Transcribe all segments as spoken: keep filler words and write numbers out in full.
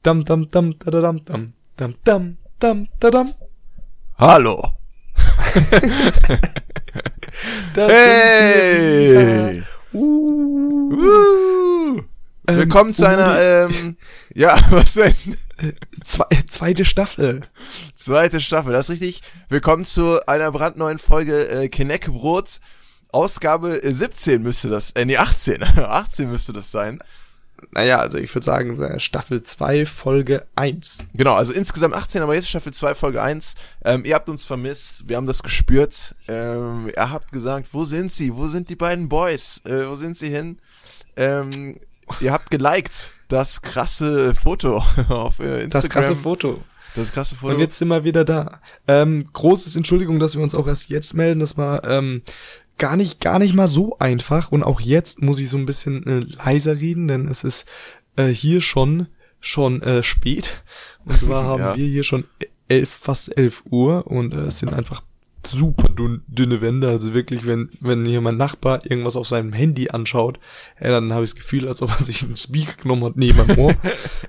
Dam, dam, dam, da, dam, dam, dam, dam, dam, da, dam. Hallo. Hey. Uh. Uh. Willkommen ähm, zu einer, ähm, ja, was denn? Zwe- zweite Staffel. Zweite Staffel, das ist richtig. Willkommen zu einer brandneuen Folge äh, Knäckebrot. Ausgabe äh, siebzehn müsste das, äh, nee, achtzehn. achtzehn müsste das sein. Naja, also ich würde sagen, Staffel zwei, Folge eins. Genau, also insgesamt achtzehn, aber jetzt Staffel zwei, Folge eins. Ähm, ihr habt uns vermisst, wir haben das gespürt. Ähm, ihr habt gesagt, wo sind sie? Wo sind die beiden Boys? Äh, wo sind sie hin? Ähm, ihr habt geliked das krasse Foto auf äh, Instagram. Das krasse Foto. Das krasse Foto. Und jetzt sind wir wieder da. Ähm, großes Entschuldigung, dass wir uns auch erst jetzt melden. Das war ähm, gar nicht, gar nicht mal so einfach. Und auch jetzt muss ich so ein bisschen äh, leiser reden, denn es ist äh, hier schon schon äh, spät. Und zwar haben ja. wir hier schon elf, fast elf Uhr und äh, es sind einfach super dünn, dünne Wände. Also wirklich, wenn wenn hier mein Nachbar irgendwas auf seinem Handy anschaut, ja, dann habe ich das Gefühl, als ob er sich einen Speaker genommen hat neben meinem Ohr.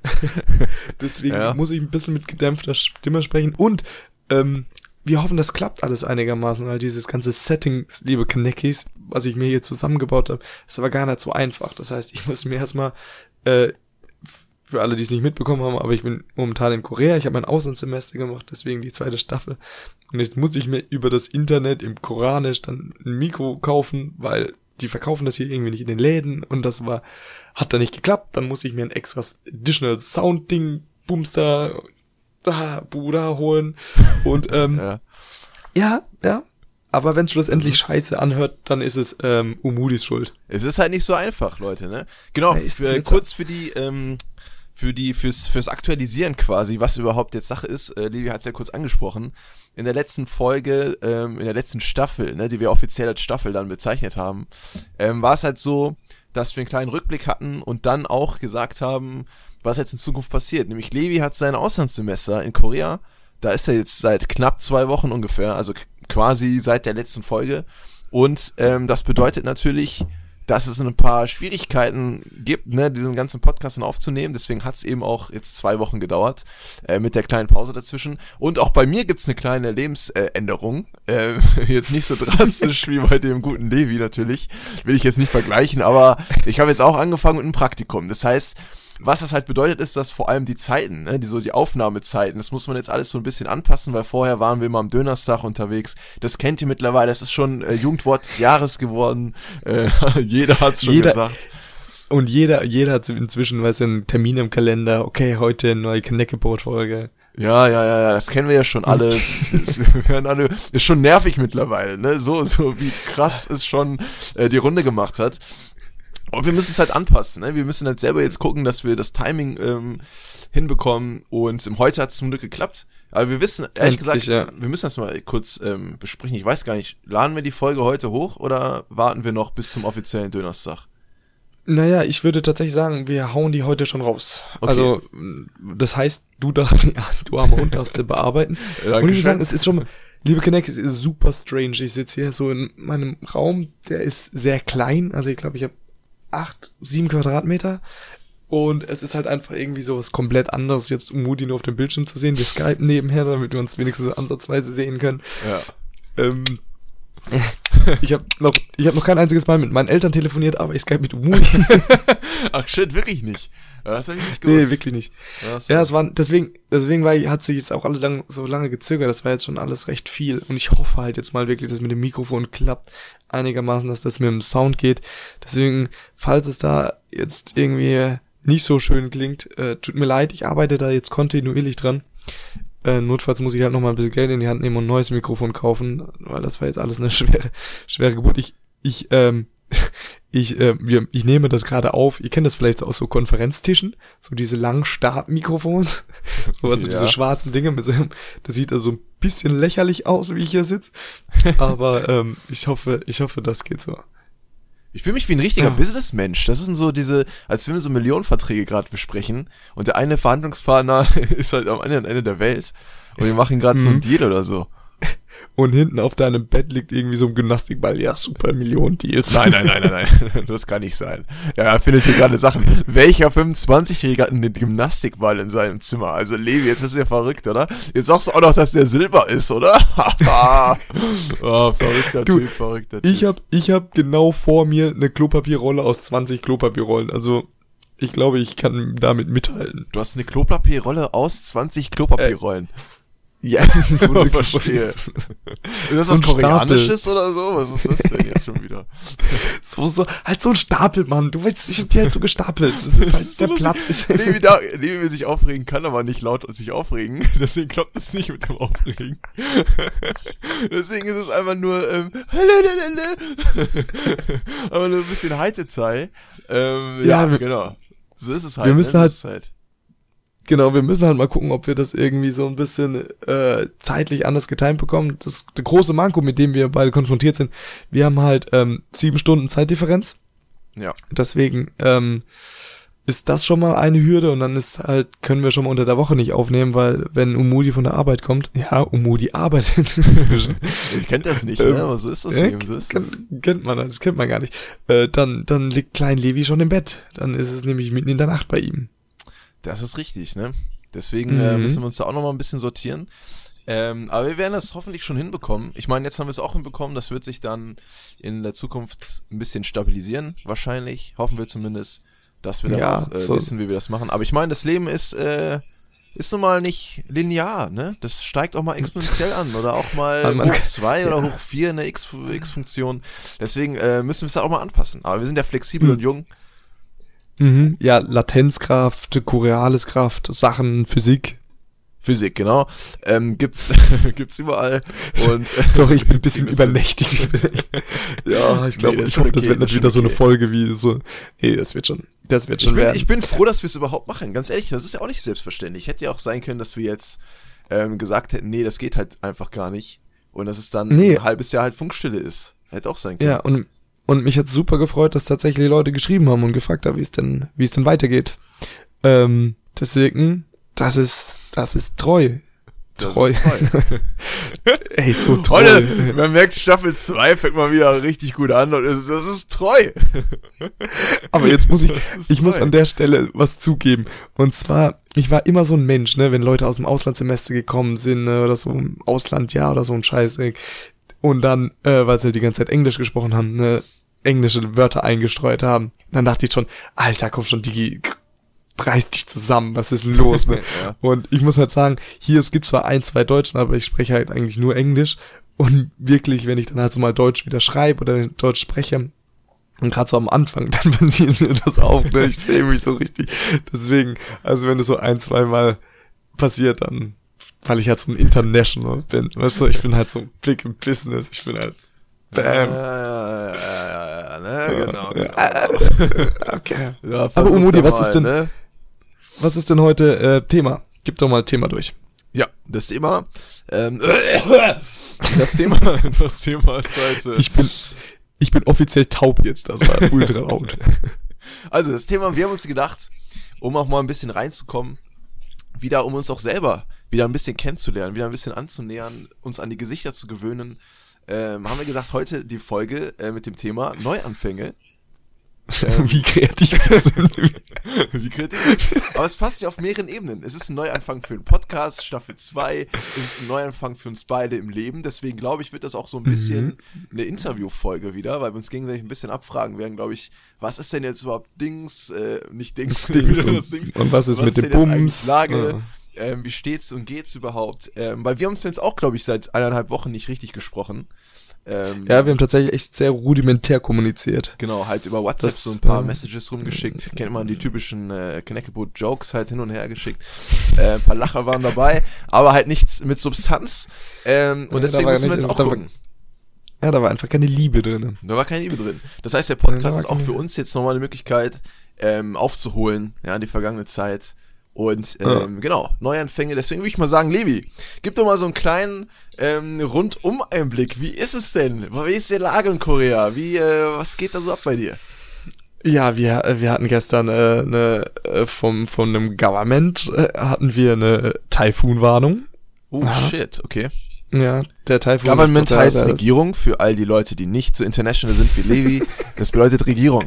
Deswegen ja. muss ich ein bisschen mit gedämpfter Stimme sprechen. Und ähm, wir hoffen, das klappt alles einigermaßen, weil dieses ganze Setting, liebe Kneckis, was ich mir hier zusammengebaut habe, ist aber gar nicht so einfach. Das heißt, ich muss mir erstmal, äh, für alle, die es nicht mitbekommen haben, aber ich bin momentan in Korea, ich habe mein Auslandssemester gemacht, deswegen die zweite Staffel. Und jetzt musste ich mir über das Internet im Koranisch dann ein Mikro kaufen, weil die verkaufen das hier irgendwie nicht in den Läden und das war, hat da nicht geklappt. Dann musste ich mir ein extras Additional Sound Ding, Boomster, da, Bruder holen und ähm, ja. ja, ja. Aber wenn es schlussendlich scheiße anhört, dann ist es ähm, Umudis Schuld. Es ist halt nicht so einfach, Leute, ne? Genau, Ja, für, kurz für die, ähm, für die, fürs, fürs Aktualisieren quasi, was überhaupt jetzt Sache ist. Äh, Levi hat es ja kurz angesprochen. In der letzten Folge, ähm, in der letzten Staffel, ne, die wir offiziell als Staffel dann bezeichnet haben, ähm, war es halt so, dass wir einen kleinen Rückblick hatten und dann auch gesagt haben, was jetzt in Zukunft passiert. Nämlich Levi hat sein Auslandssemester in Korea, da ist er jetzt seit knapp zwei Wochen ungefähr, also quasi seit der letzten Folge. Und ähm, das bedeutet natürlich, dass es ein paar Schwierigkeiten gibt, ne, diesen ganzen Podcast dann aufzunehmen. Deswegen hat es eben auch jetzt zwei Wochen gedauert, äh, mit der kleinen Pause dazwischen. Und auch bei mir gibt es eine kleine Lebensänderung. Äh, jetzt nicht so drastisch wie bei dem guten Levi natürlich. Will ich jetzt nicht vergleichen, aber ich habe jetzt auch angefangen mit einem Praktikum. Das heißt, was das halt bedeutet, ist, dass vor allem die Zeiten, ne, die so die Aufnahmezeiten, das muss man jetzt alles so ein bisschen anpassen, weil vorher waren wir immer am Dönerstag unterwegs. Das kennt ihr mittlerweile, das ist schon äh, Jugendwort des Jahres geworden. Äh, jeder hat's schon Jeder, gesagt. Und jeder, jeder hat inzwischen, weiß, einen Termin im Kalender. Okay, heute eine neue Knäckebrot-Folge. Ja, ja, ja, ja, das kennen wir ja schon alle. Das, wir werden alle, ist schon nervig mittlerweile, ne? So, so wie krass es schon äh, die Runde gemacht hat. Und wir müssen es halt anpassen, ne? Wir müssen halt selber jetzt gucken, dass wir das Timing ähm, hinbekommen. Und ähm, heute hat es zum Glück geklappt. Aber wir wissen, ehrlich Endlich, gesagt, ja. wir müssen das mal kurz ähm, besprechen. Ich weiß gar nicht, laden wir die Folge heute hoch oder warten wir noch bis zum offiziellen Dönerstag? Naja, ich würde tatsächlich sagen, wir hauen die heute schon raus. Okay. Also, das heißt, du darfst, ja, du armer Hund darfst den bearbeiten. Ja, und ich würde sagen, es ist schon, liebe Connect, es ist super strange. Ich sitze hier so in meinem Raum, der ist sehr klein. Also ich glaube, ich habe acht, sieben Quadratmeter. Und es ist halt einfach irgendwie so was komplett anderes, jetzt um Moody nur auf dem Bildschirm zu sehen. Wir skypen nebenher, damit wir uns wenigstens so ansatzweise sehen können. Ja. Ähm, ich habe noch, ich habe noch kein einziges Mal mit meinen Eltern telefoniert, aber ich skype mit Umudi. Ach shit, wirklich nicht. Das habe ich nicht gewusst. Nee, wirklich nicht. Ja, so. Ja, es war, deswegen, deswegen war, hat sich jetzt auch alle lang, so lange gezögert. Das war jetzt schon alles recht viel. Und ich hoffe halt jetzt mal wirklich, dass mit dem Mikrofon klappt. Einigermaßen, dass das mit dem Sound geht. Deswegen, falls es da jetzt irgendwie nicht so schön klingt, äh, tut mir leid. Ich arbeite da jetzt kontinuierlich dran. Äh, notfalls muss ich halt noch mal ein bisschen Geld in die Hand nehmen und ein neues Mikrofon kaufen, weil das war jetzt alles eine schwere, schwere Geburt. Ich, ich, ähm, ich, äh, wir, ich nehme das gerade auf. Ihr kennt das vielleicht aus so Konferenztischen, so diese langen Stabmikrofons, so also ja. diese schwarzen Dinge mit so einem, das sieht also ein bisschen lächerlich aus, wie ich hier sitze. Aber ähm, ich hoffe, ich hoffe, das geht so. Ich fühle mich wie ein richtiger Ja. Businessmensch. Das sind so diese, als wenn wir so Millionenverträge gerade besprechen und der eine Verhandlungspartner ist halt am anderen Ende der Welt und wir machen gerade Mhm. so einen Deal oder so. und hinten auf deinem Bett liegt irgendwie so ein Gymnastikball. Ja, super, Millionen Deals. Nein, nein, nein, nein, nein, das kann nicht sein. Ja, er findet hier gerade Sachen. Welcher fünfundzwanzigjährige hat einen Gymnastikball in seinem Zimmer? Also Levi, jetzt bist du ja verrückt, oder? Jetzt sagst du auch noch, dass der Silber ist, oder? Oh, verrückter Du, Typ, verrückter Typ. Ich hab, ich hab genau vor mir eine Klopapierrolle aus zwanzig Klopapierrollen. Also, ich glaube, ich kann damit mithalten. Du hast eine Klopapierrolle aus zwanzig Klopapierrollen. Ja, so eine verstehe. Ist das was So ein Koreanisches Stapel. Oder so? Was ist das denn jetzt schon wieder? So, so, halt so ein Stapel, Mann. Du weißt, ich hab die halt so gestapelt. Das ist halt, Das ist so der Platz ist. Levi, da, Levi will sich aufregen, kann aber nicht laut sich aufregen. Deswegen klappt es nicht mit dem Aufregen. Deswegen ist es einfach nur, ähm, aber nur ein bisschen High-Detail. Ähm, ja, Ja, wir- genau. So ist es halt. wir müssen ne? halt- So ist es halt. Genau, wir müssen halt mal gucken, ob wir das irgendwie so ein bisschen äh, zeitlich anders getimt bekommen. Das, der große Manko, mit dem wir beide konfrontiert sind, wir haben halt ähm, sieben Stunden Zeitdifferenz. Ja. Deswegen ähm, ist das schon mal eine Hürde und dann ist halt, können wir schon mal unter der Woche nicht aufnehmen, weil wenn Umudi von der Arbeit kommt, ja, Umudi arbeitet inzwischen. Ich kenn das nicht, Ähm, ne? Aber so ist das Ja, eben. So ist das. kennt, kennt man, das kennt man gar nicht. Äh, dann, dann liegt Klein Levi schon im Bett. Dann ist es nämlich mitten in der Nacht bei ihm. Das ist richtig, ne? Deswegen Mhm. äh, müssen wir uns da auch nochmal ein bisschen sortieren. Ähm, aber wir werden das hoffentlich schon hinbekommen. Ich meine, jetzt haben wir es auch hinbekommen. Das wird sich dann in der Zukunft ein bisschen stabilisieren, wahrscheinlich. Hoffen wir zumindest, dass wir dann Ja, auch äh, so- wissen, wie wir das machen. Aber ich meine, das Leben ist, äh, ist nun mal nicht linear, ne? Das steigt auch mal exponentiell an oder auch mal Man- man- hoch zwei oder ja. hoch vier in der X- X-Funktion. Deswegen äh, müssen wir es da auch mal anpassen. Aber wir sind ja flexibel Mhm. und jung. Mhm. Ja, Latenzkraft, Corioliskraft, Sachen, Physik. Physik, genau. Ähm, gibt's, gibt's überall. Und, äh, Sorry, ich bin ein bisschen das wird- übernächtig. Ich bin echt, ja, ich glaube, Nee, das ist ich schon hoffe, das okay, wird das nicht ist wieder so schon eine okay. Folge wie so. Nee, das wird schon, das wird Ich schon bin, werden. ich bin froh, dass wir es überhaupt machen. Ganz ehrlich, das ist ja auch nicht selbstverständlich. Hätte ja auch sein können, dass wir jetzt ähm, gesagt hätten, nee, das geht halt einfach gar nicht. Und dass es dann Nee. ein halbes Jahr halt Funkstille ist. Hätte auch sein können. Ja, und, und mich hat's super gefreut, dass tatsächlich Leute geschrieben haben und gefragt haben, wie es denn, wie es denn weitergeht. Ähm, deswegen, das ist, das ist treu. Das Treu. ist toll. Ey, so treu. Leute, man merkt, Staffel zwei fängt mal wieder richtig gut an und es- das ist treu. Aber jetzt muss ich, Das ist ich muss treu. an der Stelle was zugeben. Und zwar, ich war immer so ein Mensch, ne, wenn Leute aus dem Auslandssemester gekommen sind, ne, oder so im Ausland, ja, oder so ein Scheiß, ey. Und dann, äh, weil sie halt die ganze Zeit Englisch gesprochen haben, ne, englische Wörter eingestreut haben. Und dann dachte ich schon, Alter, komm schon, Digi, reiß dich zusammen, was ist denn los, ne? Ja. Und ich muss halt sagen, hier, es gibt zwar ein, zwei Deutschen, aber ich spreche halt eigentlich nur Englisch. Und wirklich, wenn ich dann halt so mal Deutsch wieder schreibe oder Deutsch spreche, und gerade so am Anfang, dann passiert mir das auch, ne? Ich schäme mich so richtig. Deswegen, also wenn es so ein, zwei Mal passiert, dann, weil ich halt so ein International bin, weißt du, ich bin halt so Blick im Business, ich bin halt, bam. Ja, ja, ja, ja, ne, genau. genau. Okay. Ja, Aber versuch Umudi, da was mal, ist denn, Ne? was ist denn heute äh, Thema? Gib doch mal Thema durch. Ja, das Thema. Ähm, das Thema, das Thema ist heute. Ich bin, ich bin offiziell taub jetzt, das war ultra laut. Also das Thema, wir haben uns gedacht, um auch mal ein bisschen reinzukommen, wieder um uns auch selber wieder ein bisschen kennenzulernen, wieder ein bisschen anzunähern, uns an die Gesichter zu gewöhnen, ähm, haben wir gedacht, heute die Folge äh, mit dem Thema Neuanfänge. Wie kreativ wir sind. Wie kreativ ist es? Aber es passt ja auf mehreren Ebenen. Es ist ein Neuanfang für einen Podcast, Staffel zwei. Es ist ein Neuanfang für uns beide im Leben. Deswegen glaube ich, wird das auch so ein bisschen eine Interviewfolge wieder, weil wir uns gegenseitig ein bisschen abfragen werden, glaube ich, was ist denn jetzt überhaupt Dings, äh, nicht Dings, Dings wieder und- das Dings. und was ist mit dem denn jetzt eigentlich Bums? Lage? Ja. Ähm, wie steht's und geht's überhaupt? Ähm, weil wir haben uns jetzt auch, glaube ich, seit eineinhalb Wochen nicht richtig gesprochen. Ähm, Ja, wir haben tatsächlich echt sehr rudimentär kommuniziert. Genau, halt über WhatsApp Das, so ein paar äh, Messages rumgeschickt. Kennt man die typischen äh, Knackeboot-Jokes halt hin und her geschickt. Äh, ein paar Lacher waren dabei, aber halt nichts mit Substanz. Ähm, und Ja, deswegen da war müssen wir nicht- jetzt auch da war- gucken. Ja, da war einfach keine Liebe drin. Da war keine Liebe drin. Das heißt, der Ja, da Podcast war ist auch keine- für uns jetzt nochmal eine Möglichkeit, ähm, aufzuholen, ja, die vergangene Zeit. Und ähm, Ja. genau, Neuanfänge. Deswegen würde ich mal sagen, Levi, gib doch mal so einen kleinen ähm, Rundum-Einblick. Wie ist es denn? Wie ist die Lage in Korea? Wie, äh, was geht da so ab bei dir? Ja, wir, wir hatten gestern äh, eine äh, vom von einem Government äh, hatten wir eine Taifun-Warnung. Oh, Aha. shit, okay. Ja, der Taifun. Government total, heißt Regierung, für all die Leute, die nicht so international sind wie Levi. Das bedeutet Regierung.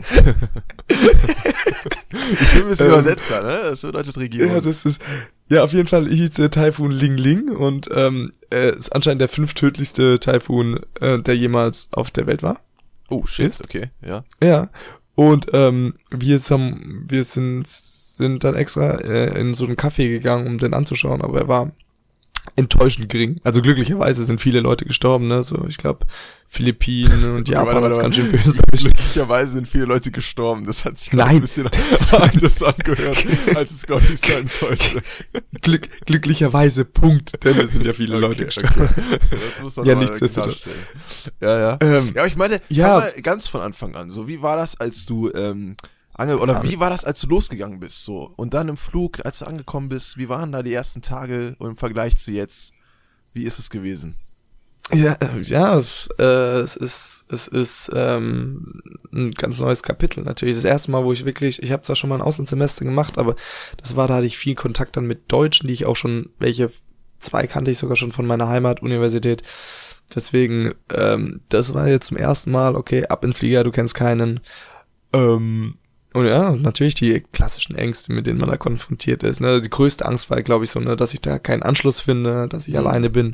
Ich bin ein bisschen ähm, Übersetzer, ne? Das bedeutet Regierung. Ja, das ist, ja, auf jeden Fall hieß der Taifun Ling Ling und ähm, er ist anscheinend der fünfttödlichste Taifun, äh, der jemals auf der Welt war. Oh, shit, ist. Okay, ja. Ja, und ähm, wir, haben, wir sind, sind dann extra äh, in so einen Café gegangen, um den anzuschauen, aber er war enttäuschend gering. Also glücklicherweise sind viele Leute gestorben, ne? So, ich glaube, Philippinen und Japan hat es ganz schön böse erwischt. Glücklicherweise sind viele Leute gestorben. Das hat sich gerade ein bisschen anders angehört, als es gar nicht sein sollte. Glück, glücklicherweise, Punkt. Denn es sind ja viele okay, Leute gestorben. Okay. Das muss man ja, mal nichts klarstellen. Ja, ja. Ähm, ja, aber ich meine, ja, mal ganz von Anfang an. So, wie war das, als du ähm, ange oder wie war das, als du losgegangen bist? So und dann im Flug, als du angekommen bist, wie waren da die ersten Tage im Vergleich zu jetzt? Wie ist es gewesen? Ja, ja, äh, es ist, es ist ähm, ein ganz neues Kapitel natürlich. Das erste Mal, wo ich wirklich, ich habe zwar schon mal ein Auslandssemester gemacht, aber das war, da hatte ich viel Kontakt dann mit Deutschen, die ich auch schon, welche zwei kannte ich sogar schon von meiner Heimatuniversität. Deswegen, ähm, das war jetzt zum ersten Mal, okay, ab in den Flieger, du kennst keinen. Ähm, und ja, natürlich die klassischen Ängste, mit denen man da konfrontiert ist. Ne? Die größte Angst war, glaube ich, so, ne, dass ich da keinen Anschluss finde, dass ich mhm. alleine bin.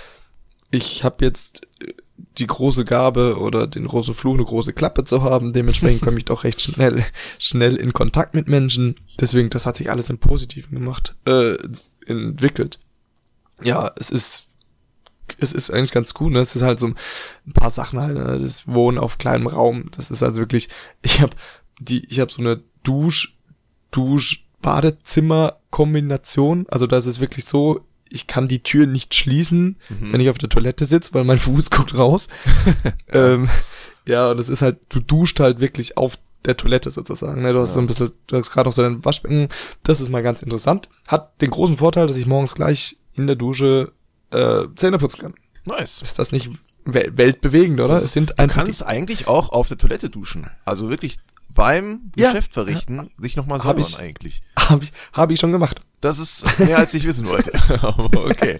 Ich habe jetzt die große Gabe oder den großen Fluch, eine große Klappe zu haben. Dementsprechend komme ich doch recht schnell schnell in Kontakt mit Menschen. Deswegen, das hat sich alles im Positiven gemacht, äh, entwickelt. Ja, es ist es ist eigentlich ganz gut, ne? Es ist halt so ein paar Sachen halt, ne? Das Wohnen auf kleinem Raum. Das ist also wirklich, ich habe die, ich habe so eine Dusch, Dusch, Badezimmer-Kombination. Also das ist wirklich so, ich kann die Tür nicht schließen, mhm. wenn ich auf der Toilette sitze, weil mein Fuß guckt raus. ja. Ähm, ja, und es ist halt, du duscht halt wirklich auf der Toilette sozusagen. Ne? Du hast ja. so ein bisschen, du hast gerade noch so dein Waschbecken. Das ist mal ganz interessant. Hat den großen Vorteil, dass ich morgens gleich in der Dusche äh, Zähne putzen kann. Nice. Ist das nicht wel- weltbewegend, oder? Das, es sind du kannst die- eigentlich auch auf der Toilette duschen. Also wirklich beim ja. Geschäft verrichten, ja. sich nochmal säubern ich, eigentlich. Habe ich, hab ich schon gemacht. Das ist mehr, als ich wissen wollte. Aber okay.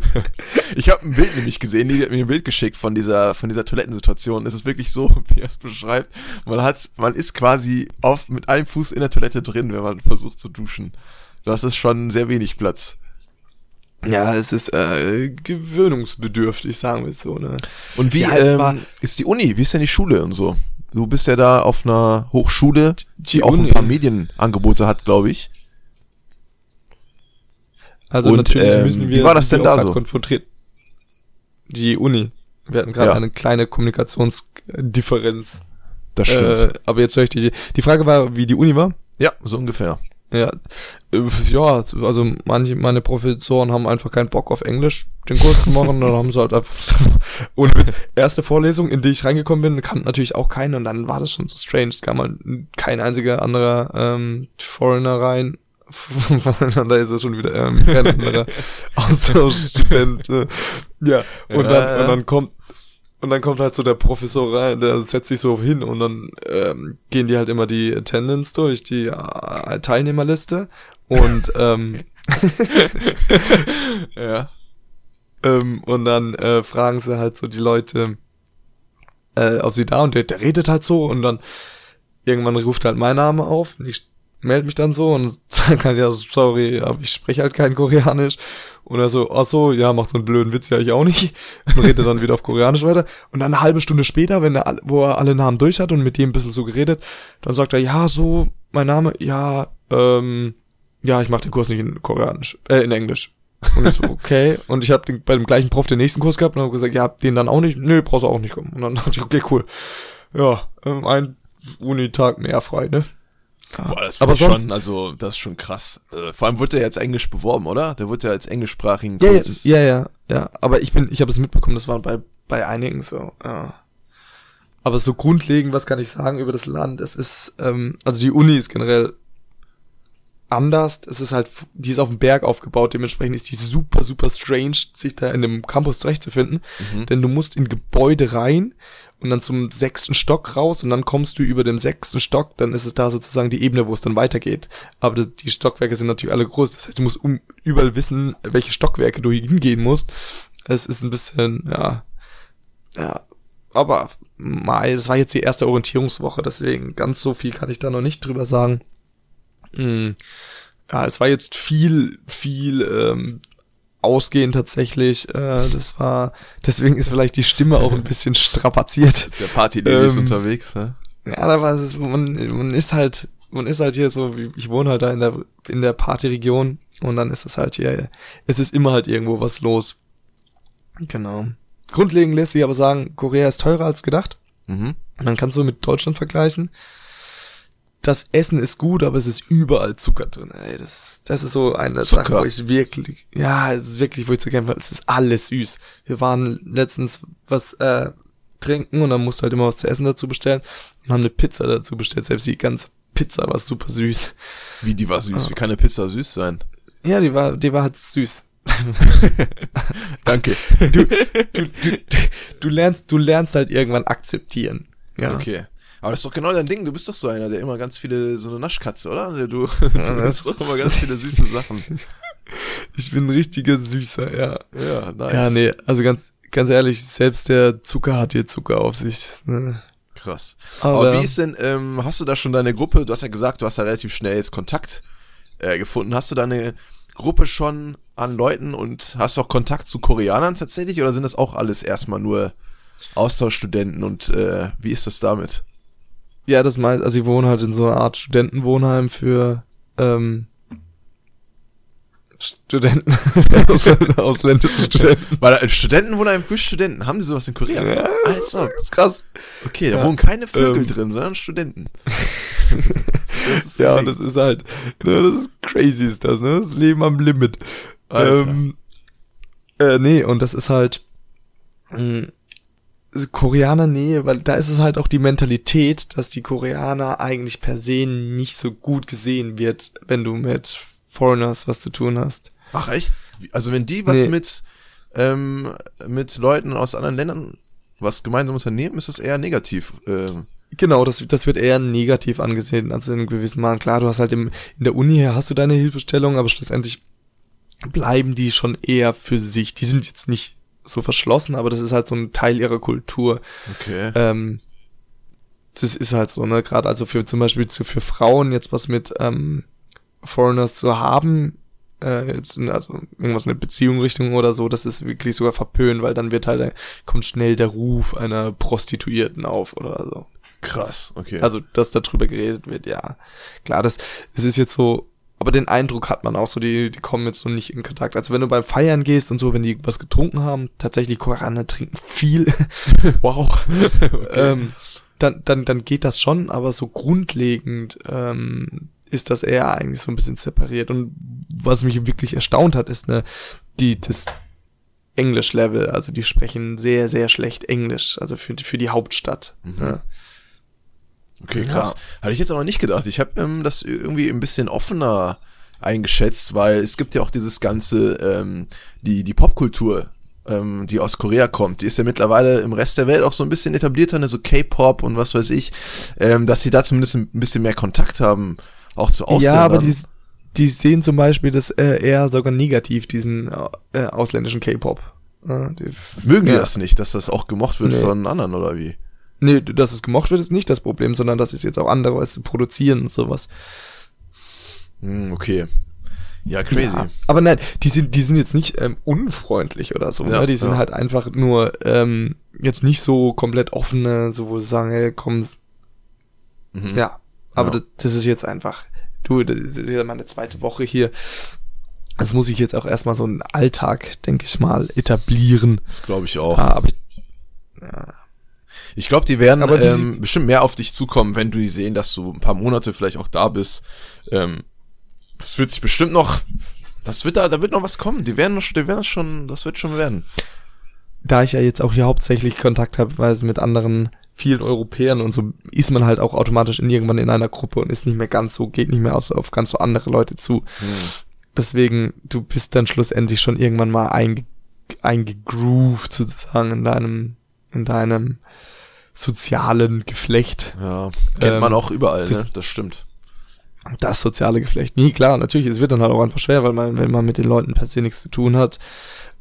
Ich habe ein Bild nämlich gesehen, die hat mir ein Bild geschickt von dieser, von dieser Toilettensituation. Es ist wirklich so, wie er es beschreibt. Man hat, man ist quasi auf, mit einem Fuß in der Toilette drin, wenn man versucht zu duschen. Das ist schon sehr wenig Platz. Ja, es ist äh, gewöhnungsbedürftig, sagen wir es so. Ne? Und wie ja, ähm, war, ist die Uni? Wie ist denn die Schule und so? Du bist ja da auf einer Hochschule, die, die auch Uni. ein paar Medienangebote hat, glaube ich. Also und, natürlich ähm, müssen wir wie war das denn da so? konfrontiert. Die Uni. Wir hatten gerade ja. eine kleine Kommunikationsdifferenz. Das stimmt. Äh, aber jetzt höre ich die. Die Frage war, wie die Uni war? Ja, so ungefähr. Ja, äh, ja, also manche, meine Professoren haben einfach keinen Bock auf Englisch, den Kurs zu machen, dann haben sie halt einfach, und Witz, erste Vorlesung, in die ich reingekommen bin, kannte natürlich auch keine, und dann war das schon so strange, es kam halt kein einziger anderer, ähm, Foreigner rein, da ist es schon wieder, ähm, kein anderer Austauschstudent, ne? Ja, und ja, dann, ja. und dann kommt, Und dann kommt halt so der Professor rein, der setzt sich so hin und dann ähm, gehen die halt immer die Attendance durch, die äh, Teilnehmerliste und ähm, ja. ähm, und dann äh, fragen sie halt so die Leute, äh, ob sie da und der, der redet halt so und dann irgendwann ruft halt mein Name auf und ich melde mich dann so und sage halt, ja, sorry, aber ich spreche halt kein Koreanisch. Und er so, ach so, ja, macht so einen blöden Witz, ja, ich auch nicht. Und redet dann wieder auf Koreanisch weiter. Und dann eine halbe Stunde später, wenn er, wo er alle Namen durch hat und mit dem ein bisschen so geredet, dann sagt er, ja, so, mein Name, ja, ähm, ja, ich mache den Kurs nicht in Koreanisch, äh, in Englisch. Und ich so, okay. Und ich habe bei dem gleichen Prof den nächsten Kurs gehabt und habe gesagt, ja, den dann auch nicht? Nö, brauchst du auch nicht kommen. Und dann dachte ich, okay, cool. Ja, ähm, ein Unitag mehr frei, ne? Boah, das aber sonst, schon, also das ist schon krass. Äh, vor allem wird der jetzt Englisch beworben, oder? Der wird ja als englischsprachigen ja, Kurs. Ja, ja, ja, ja. Aber ich bin, ich habe es mitbekommen, das war bei bei einigen so. Ja. Aber so grundlegend, was kann ich sagen über das Land? Es ist, ähm, also die Uni ist generell anders. Es ist halt, die ist auf dem Berg aufgebaut. Dementsprechend ist die super, super strange, sich da in dem Campus zurechtzufinden. Mhm. Denn du musst in Gebäude rein und dann zum sechsten Stock raus und dann kommst du über dem sechsten Stock, dann ist es da sozusagen die Ebene, wo es dann weitergeht. Aber die Stockwerke sind natürlich alle groß, das heißt, du musst um, überall wissen, welche Stockwerke du hingehen musst. Es ist ein bisschen, ja, ja, aber Mai, das war jetzt die erste Orientierungswoche, deswegen ganz so viel kann ich da noch nicht drüber sagen. Hm. Ja, es war jetzt viel, viel ähm, Ausgehen tatsächlich. Äh, das war, deswegen ist vielleicht die Stimme auch ein bisschen strapaziert. Der Party-Lady ist ähm, unterwegs, ne? Ja, da war es, man, man ist halt, man ist halt hier so, ich wohne halt da in der in der Partyregion und dann ist es halt hier, es ist immer halt irgendwo was los. Genau. Grundlegend lässt sich aber sagen, Korea ist teurer als gedacht. Mhm. Man kann es so mit Deutschland vergleichen. Das Essen ist gut, aber es ist überall Zucker drin. Ey, das ist, das ist so eine Zucker. Sache, wo ich wirklich, ja, es ist wirklich, wo ich zu kämpfen habe. Es ist alles süß. Wir waren letztens was äh, trinken und dann musst du halt immer was zu essen dazu bestellen und haben eine Pizza dazu bestellt. Selbst die ganze Pizza war super süß. Wie, die war süß? Wie kann eine Pizza süß sein? Ja, die war, die war halt süß. Danke. Du, du, du, du lernst, du lernst halt irgendwann akzeptieren. Ja. Okay. Aber das ist doch genau dein Ding. Du bist doch so einer, der immer ganz viele, so eine Naschkatze, oder? Du, du Ja, hast doch immer ganz viele süße Sachen. Ich bin ein richtiger Süßer, ja. Ja, nice. Ja, nee, also ganz, ganz ehrlich, selbst der Zucker hat hier Zucker auf sich. Ne? Krass. Aber, Aber wie ist denn, ähm, hast du da schon deine Gruppe, du hast ja gesagt, du hast da relativ schnell jetzt Kontakt äh, gefunden. Hast du da eine Gruppe schon an Leuten und hast du auch Kontakt zu Koreanern tatsächlich oder sind das auch alles erstmal nur Austauschstudenten und äh, wie ist das damit? Ja, das meint, also ich wohne halt in so einer Art Studentenwohnheim für ähm, Studenten, Aus, ausländische Studenten. Weil ein Studentenwohnheim für Studenten, haben die sowas in Korea? Ja, Also, das ist krass. okay, da Ja, wohnen keine Vögel ähm, drin, sondern Studenten. Das ist Ja, so und das ist halt, ne, das ist crazy ist das, ne, das Leben am Limit. Alter. Ähm, äh, nee, und das ist halt, mh, Koreaner, nee, weil da ist es halt auch die Mentalität, dass die Koreaner eigentlich per se nicht so gut gesehen wird, wenn du mit Foreigners was zu tun hast. Ach echt? Also wenn die was Nee. mit ähm, mit Leuten aus anderen Ländern was gemeinsam unternehmen, ist das eher negativ. Ähm, Genau, das, das wird eher negativ angesehen, also in gewissen Maßen. Klar, du hast halt im, in der Uni her hast du deine Hilfestellung, aber schlussendlich bleiben die schon eher für sich. Die sind jetzt nicht so verschlossen, aber das ist halt so ein Teil ihrer Kultur. okay. Ähm, das ist halt so, ne, gerade also für zum Beispiel zu, für Frauen jetzt was mit ähm, Foreigners zu haben, äh, jetzt in, also irgendwas in eine Beziehung Richtung oder so, das ist wirklich sogar verpönt, weil dann wird halt, äh, kommt schnell der Ruf einer Prostituierten auf oder so. Krass, okay. Also, dass da drüber geredet wird, ja. Klar, das, es ist jetzt so, aber den Eindruck hat man auch so, die, die kommen jetzt so nicht in Kontakt. Also wenn du beim Feiern gehst und so, wenn die was getrunken haben, tatsächlich Koreaner trinken viel. Wow. Okay. ähm, dann, dann, dann geht das schon, aber so grundlegend ähm, ist das eher eigentlich so ein bisschen separiert. Und was mich wirklich erstaunt hat, ist ne, die, das Englisch-Level. Also die sprechen sehr, sehr schlecht Englisch, also für, für die Hauptstadt. Mhm. Ja. Okay, krass. Hatte ich jetzt aber nicht gedacht. Ich habe ähm, das irgendwie ein bisschen offener eingeschätzt, weil es gibt ja auch dieses ganze, ähm, die, die Popkultur, ähm, die aus Korea kommt, die ist ja mittlerweile im Rest der Welt auch so ein bisschen etablierter, ne, so K-Pop und was weiß ich, ähm, dass sie da zumindest ein bisschen mehr Kontakt haben, auch zu Ausländern. Ja, aber die, die sehen zum Beispiel das äh, eher sogar negativ, diesen äh, ausländischen K-Pop. Äh, die, Mögen die ja. das nicht, dass das auch gemocht wird Nee. von anderen, oder wie? Nee, dass es gemocht wird, ist nicht das Problem, sondern dass es jetzt auch andere was produzieren und sowas. Hm, okay. Ja, crazy. Ja. Aber nein, die sind, die sind jetzt nicht ähm, unfreundlich oder so, Ja, ne? Die sind ja. halt einfach nur ähm, jetzt nicht so komplett offene, so wo sie sagen, hey, komm, Mhm. ja. Aber Ja. Das, das ist jetzt einfach, du, das ist ja meine zweite Woche hier. Das muss ich jetzt auch erstmal so einen Alltag, denke ich mal, etablieren. Das glaube ich auch. Ah, aber ich, ja. Ich glaube, die werden Aber die ähm, bestimmt mehr auf dich zukommen, wenn du die sehen, dass du ein paar Monate vielleicht auch da bist. Ähm, das wird sich bestimmt noch, das wird da, da wird noch was kommen. Die werden, noch, die werden das schon, das wird schon werden. Da ich ja jetzt auch hier hauptsächlich Kontakt habe, weil es mit anderen vielen Europäern und so, ist man halt auch automatisch in irgendwann in einer Gruppe und ist nicht mehr ganz so, geht nicht mehr aus, auf ganz so andere Leute zu. Hm. Deswegen, du bist dann schlussendlich schon irgendwann mal einge, eingegroovt sozusagen in deinem, in deinem sozialen Geflecht. Ja, kennt Ähm, man auch überall, das- ne? Das stimmt. Das soziale Geflecht. Nee, klar, natürlich, es wird dann halt auch einfach schwer, weil man, wenn man mit den Leuten per se nichts zu tun hat,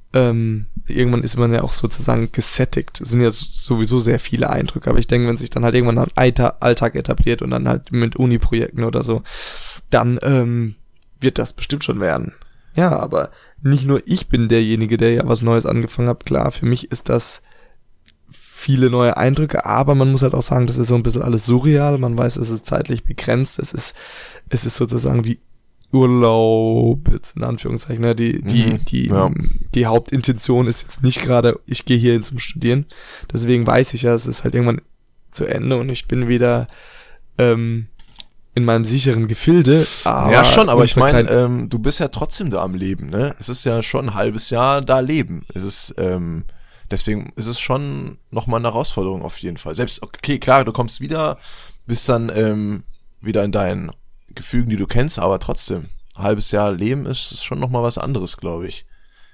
ähm, irgendwann ist man ja auch sozusagen gesättigt. Es sind ja sowieso sehr viele Eindrücke, aber ich denke, wenn sich dann halt irgendwann ein Alltag etabliert und dann halt mit Uni-Projekten oder so, dann ähm, wird das bestimmt schon werden. Ja, aber nicht nur ich bin derjenige, der ja was Neues angefangen hat. Klar, für mich ist das viele neue Eindrücke, aber man muss halt auch sagen, das ist so ein bisschen alles surreal. Man weiß, es ist zeitlich begrenzt. Es ist, es ist sozusagen wie Urlaub, jetzt in Anführungszeichen, ne? die, die, Mhm, die, ja. die Hauptintention ist jetzt nicht gerade, ich gehe hier hin zum Studieren. Deswegen weiß ich ja, es ist halt irgendwann zu Ende und ich bin wieder ähm, in meinem sicheren Gefilde. Aber ja, schon, aber ich unser meine, klein- ähm, du bist ja trotzdem da am Leben, ne? Es ist ja schon ein halbes Jahr da leben. Es ist, ähm, deswegen ist es schon nochmal eine Herausforderung auf jeden Fall. Selbst, okay, klar, du kommst wieder, bist dann ähm, wieder in deinen Gefügen, die du kennst, aber trotzdem, ein halbes Jahr Leben ist schon nochmal was anderes, glaube ich.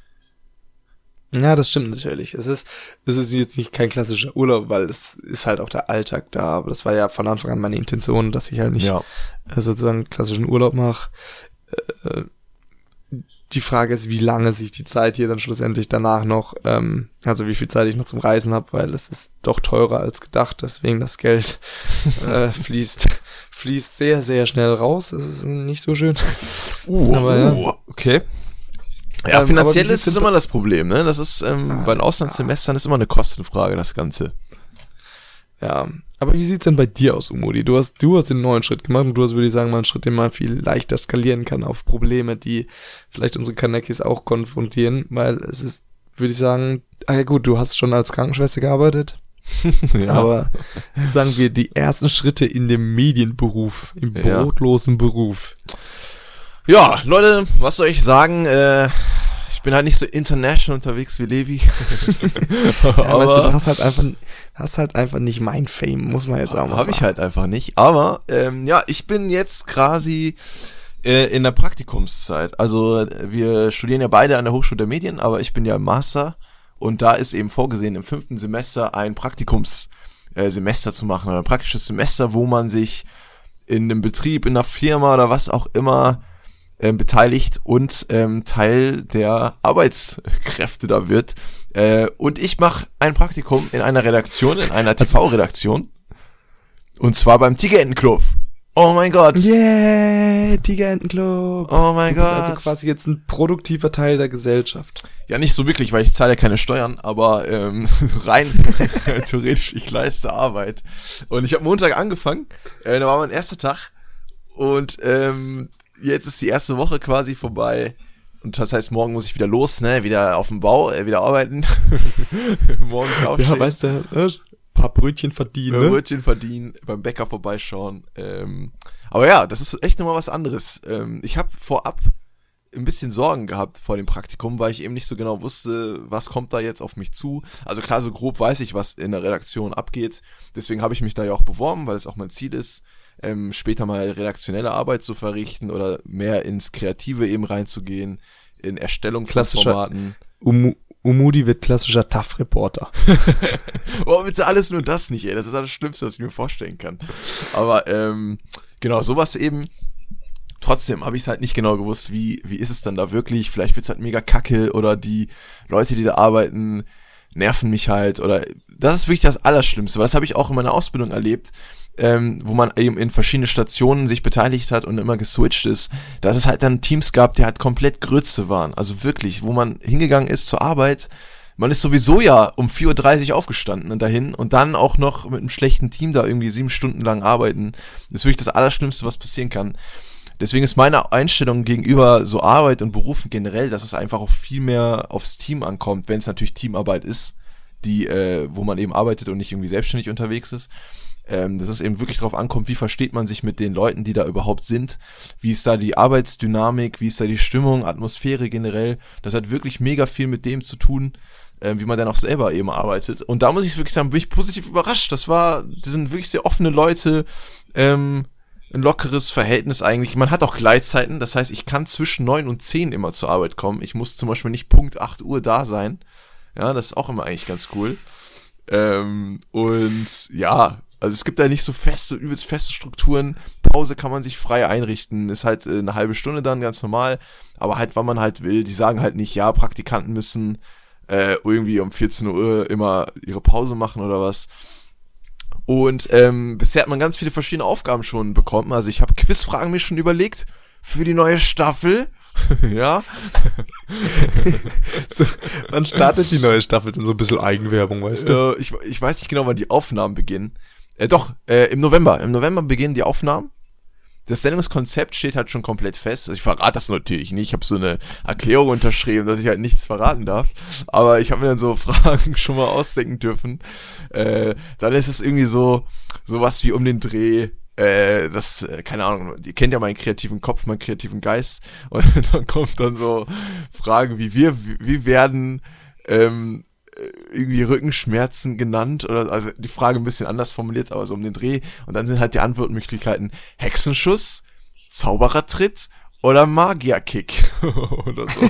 Ja, das stimmt natürlich. Es ist, es ist jetzt nicht kein klassischer Urlaub, weil es ist halt auch der Alltag da. Aber das war ja von Anfang an meine Intention, dass ich halt nicht Ja. äh, sozusagen klassischen Urlaub mache. Äh, die Frage ist, wie lange sich die Zeit hier dann schlussendlich danach noch, ähm, also wie viel Zeit ich noch zum Reisen habe, weil es ist doch teurer als gedacht. Deswegen das Geld äh, fließt fließt sehr, sehr schnell raus. Das ist nicht so schön. Uh, Aber ja. uh okay. Ja, Ähm, finanziell aber wie ist sieht's es denn immer das Problem, ne? Das ist, ähm, Ah, bei den Auslandssemestern ist immer eine Kostenfrage, das Ganze. Ja, aber wie sieht's denn bei dir aus, Umodi? Du hast, du hast den neuen Schritt gemacht und du hast, würde ich sagen, mal einen Schritt, den man viel leichter skalieren kann auf Probleme, die vielleicht unsere Kanekis auch konfrontieren, weil es ist, würde ich sagen, ah ja gut, du hast schon als Krankenschwester gearbeitet, Ja. aber sagen wir, die ersten Schritte in dem Medienberuf, im Ja. brotlosen Beruf. Ja, Leute, was soll ich sagen? Äh, ich bin halt nicht so international unterwegs wie Levi. Ja, weißt du, du hast halt einfach, hast halt einfach nicht mein Fame, muss man jetzt auch mal Habe ich sagen. halt einfach nicht. Aber ähm, ja, ich bin jetzt quasi äh, in der Praktikumszeit. Also äh, wir studieren ja beide an der Hochschule der Medien, aber ich bin ja im Master und da ist eben vorgesehen, im fünften Semester ein Praktikumssemester äh, Semester zu machen oder ein praktisches Semester, wo man sich in einem Betrieb, in einer Firma oder was auch immer ähm, beteiligt und ähm, Teil der Arbeitskräfte da wird. Äh, und ich mache ein Praktikum in einer Redaktion, in einer T V-Redaktion. Und zwar beim Tigerentenclub. Oh mein Gott. Yeah, Tigerentenclub. Oh mein Du bist also Gott. quasi jetzt ein produktiver Teil der Gesellschaft. Ja, nicht so wirklich, weil ich zahle ja keine Steuern, aber ähm, rein theoretisch, ich leiste Arbeit. Und ich habe Montag angefangen, äh, da war mein erster Tag. Und ähm, jetzt ist die erste Woche quasi vorbei. Und das heißt, morgen muss ich wieder los, ne? Wieder auf dem Bau, äh, wieder arbeiten. Morgens aufstehen. Ja, weißt du, äh, paar Brötchen verdienen, Ne? ne? Brötchen verdienen, beim Bäcker vorbeischauen. Ähm, aber ja, das ist echt nochmal was anderes. Ähm, ich habe vorab ein bisschen Sorgen gehabt vor dem Praktikum, weil ich eben nicht so genau wusste, was kommt da jetzt auf mich zu. Also klar, so grob weiß ich, was in der Redaktion abgeht. Deswegen habe ich mich da ja auch beworben, weil es auch mein Ziel ist, ähm, später mal redaktionelle Arbeit zu verrichten oder mehr ins Kreative eben reinzugehen, in Erstellung von Klassischer- Formaten. Umu Umudi wird klassischer T A F-Reporter. Oh, bitte alles nur das nicht, ey. Das ist das Schlimmste, was ich mir vorstellen kann. Aber, ähm, genau, sowas eben. Trotzdem habe ich es halt nicht genau gewusst, wie, wie ist es dann da wirklich. Vielleicht wird es halt mega kacke oder die Leute, die da arbeiten, nerven mich halt. Oder das ist wirklich das Allerschlimmste. Weil das habe ich auch in meiner Ausbildung erlebt, ähm, wo man eben in verschiedene Stationen sich beteiligt hat und immer geswitcht ist, dass es halt dann Teams gab, die halt komplett Grütze waren. Also wirklich, wo man hingegangen ist zur Arbeit. Man ist sowieso ja um vier Uhr dreißig aufgestanden und dahin und dann auch noch mit einem schlechten Team da irgendwie sieben Stunden lang arbeiten. Das ist wirklich das Allerschlimmste, was passieren kann. Deswegen ist meine Einstellung gegenüber so Arbeit und Berufen generell, dass es einfach auch viel mehr aufs Team ankommt, wenn es natürlich Teamarbeit ist, die, äh, wo man eben arbeitet und nicht irgendwie selbstständig unterwegs ist. Ähm, dass es eben wirklich darauf ankommt, wie versteht man sich mit den Leuten, die da überhaupt sind, wie ist da die Arbeitsdynamik, wie ist da die Stimmung, Atmosphäre generell. Das hat wirklich mega viel mit dem zu tun, äh, wie man dann auch selber eben arbeitet. Und da muss ich wirklich sagen, bin ich positiv überrascht. Das war, die sind wirklich sehr offene Leute, ähm, ein lockeres Verhältnis eigentlich. Man hat auch Gleitzeiten, das heißt, ich kann zwischen neun und zehn immer zur Arbeit kommen. Ich muss zum Beispiel nicht Punkt acht Uhr da sein. Ja, das ist auch immer eigentlich ganz cool. Ähm, und ja, also es gibt da nicht so feste, übelst feste Strukturen. Pause kann man sich frei einrichten, ist halt äh, eine halbe Stunde dann, ganz normal, aber halt, wann man halt will. Die sagen halt nicht, ja, Praktikanten müssen äh, irgendwie um vierzehn Uhr immer ihre Pause machen oder was. Und ähm, bisher hat man ganz viele verschiedene Aufgaben schon bekommen. Also ich habe Quizfragen mir schon überlegt für die neue Staffel. Ja. So, wann startet die neue Staffel denn? So ein bisschen Eigenwerbung, weißt du? Äh, ich, ich weiß nicht genau, wann die Aufnahmen beginnen. Äh, doch, äh, im November. Im November beginnen die Aufnahmen. Das Sendungskonzept steht halt schon komplett fest. Also ich verrate das natürlich nicht. Ich habe so eine Erklärung unterschrieben, dass ich halt nichts verraten darf. Aber ich habe mir dann so Fragen schon mal ausdenken dürfen. Äh, dann ist es irgendwie so sowas wie um den Dreh. Äh, das, äh, keine Ahnung, ihr kennt ja meinen kreativen Kopf, meinen kreativen Geist. Und dann kommt dann so Fragen wie, wir, wie, wie werden ähm, irgendwie Rückenschmerzen genannt oder also die Frage ein bisschen anders formuliert, aber so um den Dreh und dann sind halt die Antwortmöglichkeiten Hexenschuss, Zauberertritt oder Magierkick oder so.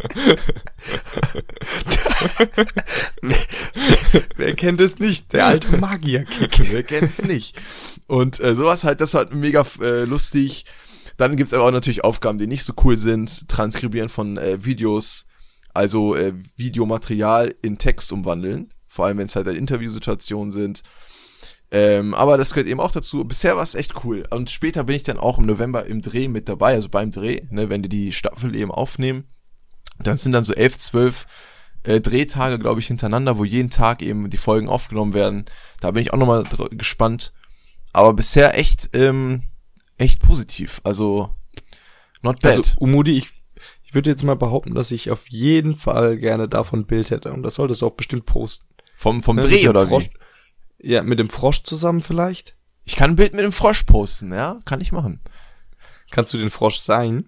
wer, wer kennt es nicht? Der alte Magierkick. Wer kennt's nicht? Und äh, sowas halt, das ist halt mega äh, lustig. Dann gibt's aber auch natürlich Aufgaben, die nicht so cool sind. Transkribieren von äh, Videos, also äh, Videomaterial in Text umwandeln, vor allem wenn es halt halt Interviewsituationen sind. Ähm, aber das gehört eben auch dazu. Bisher war es echt cool. Und später bin ich dann auch im November im Dreh mit dabei, also beim Dreh, ne, wenn die die Staffel eben aufnehmen. Dann sind dann so elf, zwölf äh, Drehtage, glaube ich, hintereinander, wo jeden Tag eben die Folgen aufgenommen werden. Da bin ich auch nochmal dr- gespannt. Aber bisher echt, ähm, echt positiv. Also, not bad. Also, Umudi, ich Ich würde jetzt mal behaupten, dass ich auf jeden Fall gerne davon ein Bild hätte. Und das solltest du auch bestimmt posten. Vom, vom Ne, Dreh mit dem oder Frosch, wie? Ja, mit dem Frosch zusammen vielleicht. Ich kann ein Bild mit dem Frosch posten, ja? Kann ich machen. Kannst du den Frosch sein?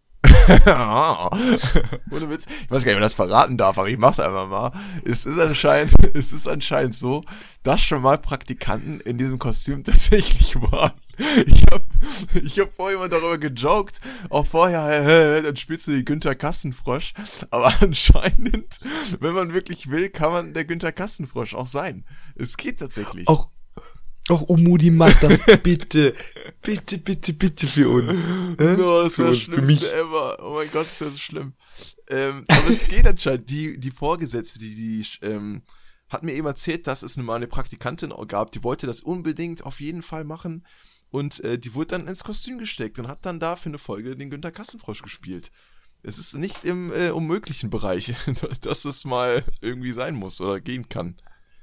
Ohne Witz. Ich weiß gar nicht, ob ich das verraten darf, aber ich mach's einfach mal. Es ist anscheinend, es ist anscheinend so, dass schon mal Praktikanten in diesem Kostüm tatsächlich waren. Ich hab, ich hab vorher immer darüber gejoked, auch vorher, hä, hä, dann spielst du den Günther Kassenfrosch. Aber anscheinend, wenn man wirklich will, kann man der Günther Kassenfrosch auch sein. Es geht tatsächlich. Auch, auch Umudi, mach das bitte. Bitte, bitte, bitte für uns. Äh? No, das für wäre das uns, für mich. Schlimmste ever. Oh mein Gott, das wäre so schlimm. Ähm, aber es geht anscheinend. Die, die Vorgesetzte, die, die, ähm, hat mir eben erzählt, dass es mal eine Praktikantin gab, die wollte das unbedingt auf jeden Fall machen. Und äh, die wurde dann ins Kostüm gesteckt und hat dann da für eine Folge den Günther Kassenfrosch gespielt. Es ist nicht im äh, unmöglichen Bereich, dass es mal irgendwie sein muss oder gehen kann.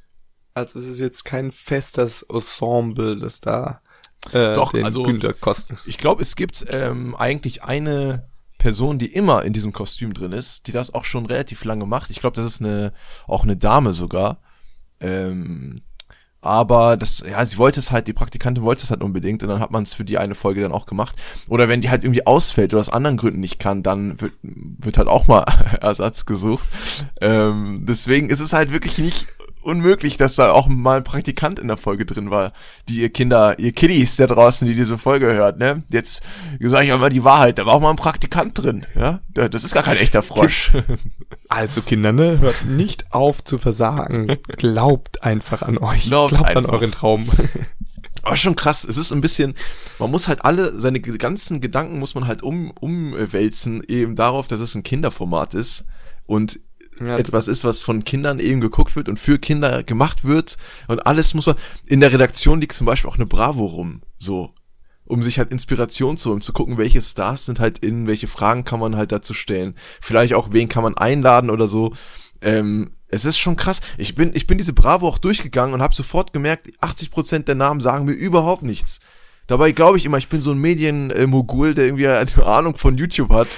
Also es ist jetzt kein festes Ensemble, das da äh, Doch, den also Günther kosten. Ich glaube, es gibt ähm, eigentlich eine Person, die immer in diesem Kostüm drin ist, die das auch schon relativ lange macht. Ich glaube, das ist eine auch eine Dame sogar. Ähm, aber das, ja, sie wollte es halt, die Praktikantin wollte es halt unbedingt und dann hat man es für die eine Folge dann auch gemacht. Oder wenn die halt irgendwie ausfällt oder aus anderen Gründen nicht kann, dann wird, wird halt auch mal Ersatz gesucht. Ähm, deswegen ist es halt wirklich nicht unmöglich, dass da auch mal ein Praktikant in der Folge drin war, die ihr Kinder, ihr Kiddies da draußen, die diese Folge hört, ne? Jetzt sage ich einmal die Wahrheit, da war auch mal ein Praktikant drin, ja? Das ist gar kein echter Frosch. Also Kinder, ne, hört nicht auf zu versagen. Glaubt einfach an euch. Glaubt Glaubt an einfach. euren Traum. Aber schon krass, es ist ein bisschen, man muss halt alle, seine ganzen Gedanken muss man halt um, umwälzen eben darauf, dass es ein Kinderformat ist und Ja, etwas ist, was von Kindern eben geguckt wird und für Kinder gemacht wird und alles muss man, in der Redaktion liegt zum Beispiel auch eine Bravo rum, so, um sich halt Inspiration zu holen, zu gucken, welche Stars sind halt in, welche Fragen kann man halt dazu stellen, vielleicht auch, wen kann man einladen oder so, ähm, es ist schon krass, ich bin, ich bin diese Bravo auch durchgegangen und habe sofort gemerkt, achtzig Prozent der Namen sagen mir überhaupt nichts. Dabei glaube ich immer, ich bin so ein Medienmogul, der irgendwie eine Ahnung von YouTube hat.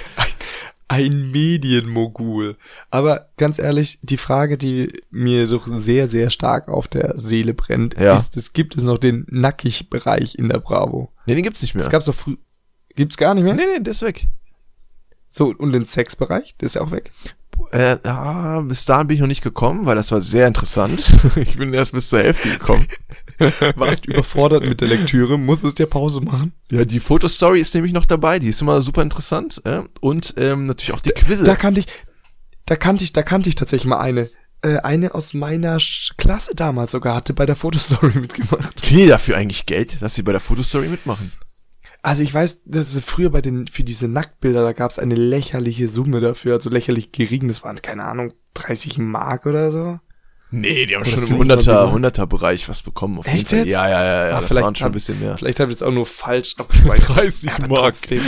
Ein Medienmogul. Aber ganz ehrlich, die Frage, die mir doch sehr, sehr stark auf der Seele brennt, Ja. ist, es gibt es noch den Nackig-Bereich in der Bravo. Nee, den gibt's nicht mehr. Es gab's doch früh. Gibt's gar nicht mehr? Nee, nee, der ist weg. So, und den Sexbereich, der ist ja auch weg. Äh, ja, bis dahin bin ich noch nicht gekommen, weil das war sehr interessant. Ich bin erst bis zur Hälfte gekommen. Warst überfordert mit der Lektüre, musstest dir Pause machen. Ja, die Fotostory ist nämlich noch dabei, die ist immer super interessant. Äh? Und ähm, natürlich auch die Quizze. Da kannte ich, da kannte ich, da kannte ich tatsächlich mal eine. Äh, eine aus meiner Sch- Klasse damals sogar hatte bei der Fotostory mitgemacht. Kriegen die dafür eigentlich Geld, dass sie bei der Fotostory mitmachen? Also ich weiß, dass es früher bei den, für diese Nacktbilder, da gab es eine lächerliche Summe dafür, also lächerlich gering, das waren, keine Ahnung, dreißig Mark oder so. Nee, die haben Oder schon im fünfundzwanzig hunderter, Mark. hunderter Bereich was bekommen. Auf jeden Echt Fall. jetzt? Ja, ja, ja, ja, Ah, das vielleicht waren schon ein hab- bisschen mehr. Vielleicht habe ich es auch nur falsch abgespeichert. dreißig Aber Mark. trotzdem.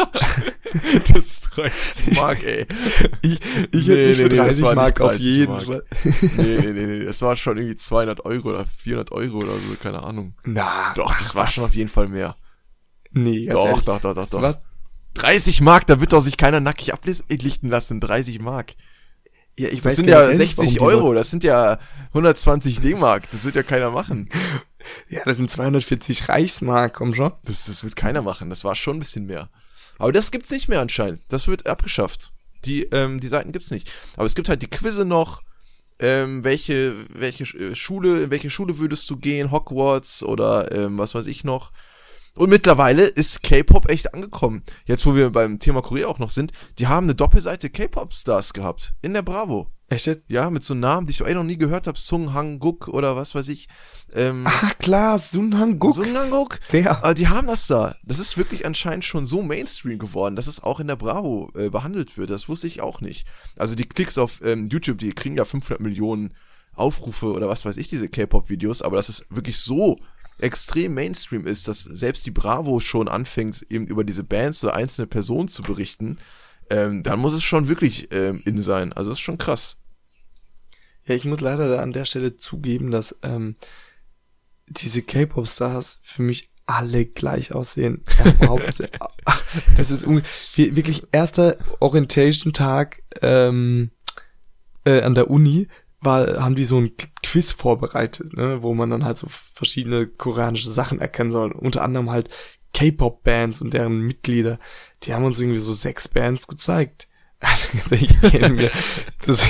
Das ist dreißig Mark, ey. Ich, ich Nee, hätte mich nee, für nee, das dreißig war nicht Mark auf dreißig jeden Mark. Fall. Nee, nee, nee, nee, das war schon irgendwie zweihundert Euro oder vierhundert Euro oder so, keine Ahnung. Na, Doch, das war was? schon auf jeden Fall mehr. Nee, ganz Doch, ehrlich. doch, doch, doch, Weißt du doch. was? dreißig Mark, da wird doch sich keiner nackig ablichten lassen, dreißig Mark. Ja, ich Das weiß sind generell ja nicht, sechzig warum die Euro, das sind ja hundertzwanzig D-Mark, das wird ja keiner machen. Leute- Ja, das sind zweihundertvierzig Reichsmark, komm schon. Das, das wird keiner machen, das war schon ein bisschen mehr. Aber das gibt's nicht mehr anscheinend, das wird abgeschafft. Die, ähm, die Seiten gibt's nicht. Aber es gibt halt die Quizze noch, ähm, welche, welche Sch- Schule, in welche Schule würdest du gehen, Hogwarts oder ähm, was weiß ich noch. Und mittlerweile ist K-Pop echt angekommen. Jetzt, wo wir beim Thema Korea auch noch sind, die haben eine Doppelseite K-Pop-Stars gehabt. In der Bravo. Echt jetzt? Ja, mit so Namen, die ich eh noch nie gehört habe. Sung Hang-guk oder was weiß ich. Ähm, Ah, klar, Sun Hang-guk. Sung Hang-guk. Der. Aber die haben das da. Das ist wirklich anscheinend schon so Mainstream geworden, dass es auch in der Bravo äh, behandelt wird. Das wusste ich auch nicht. Also die Klicks auf ähm, YouTube, die kriegen ja fünfhundert Millionen Aufrufe oder was weiß ich, diese K-Pop-Videos. Aber dass es wirklich so extrem Mainstream ist, dass selbst die Bravo schon anfängt, eben über diese Bands oder einzelne Personen zu berichten, ähm, dann muss es schon wirklich ähm, in sein. Also das ist schon krass. Ja, ich muss leider da an der Stelle zugeben, dass ähm, diese K-Pop-Stars für mich alle gleich aussehen. Ja, überhaupt sehr- das ist un- wir- wirklich erster Orientation-Tag ähm, äh, an der Uni, war, haben die so ein Quiz vorbereitet, ne, wo man dann halt so verschiedene koreanische Sachen erkennen soll. Unter anderem halt K-Pop-Bands und deren Mitglieder. Die haben uns irgendwie so sechs Bands gezeigt. Also ich kenne mir, das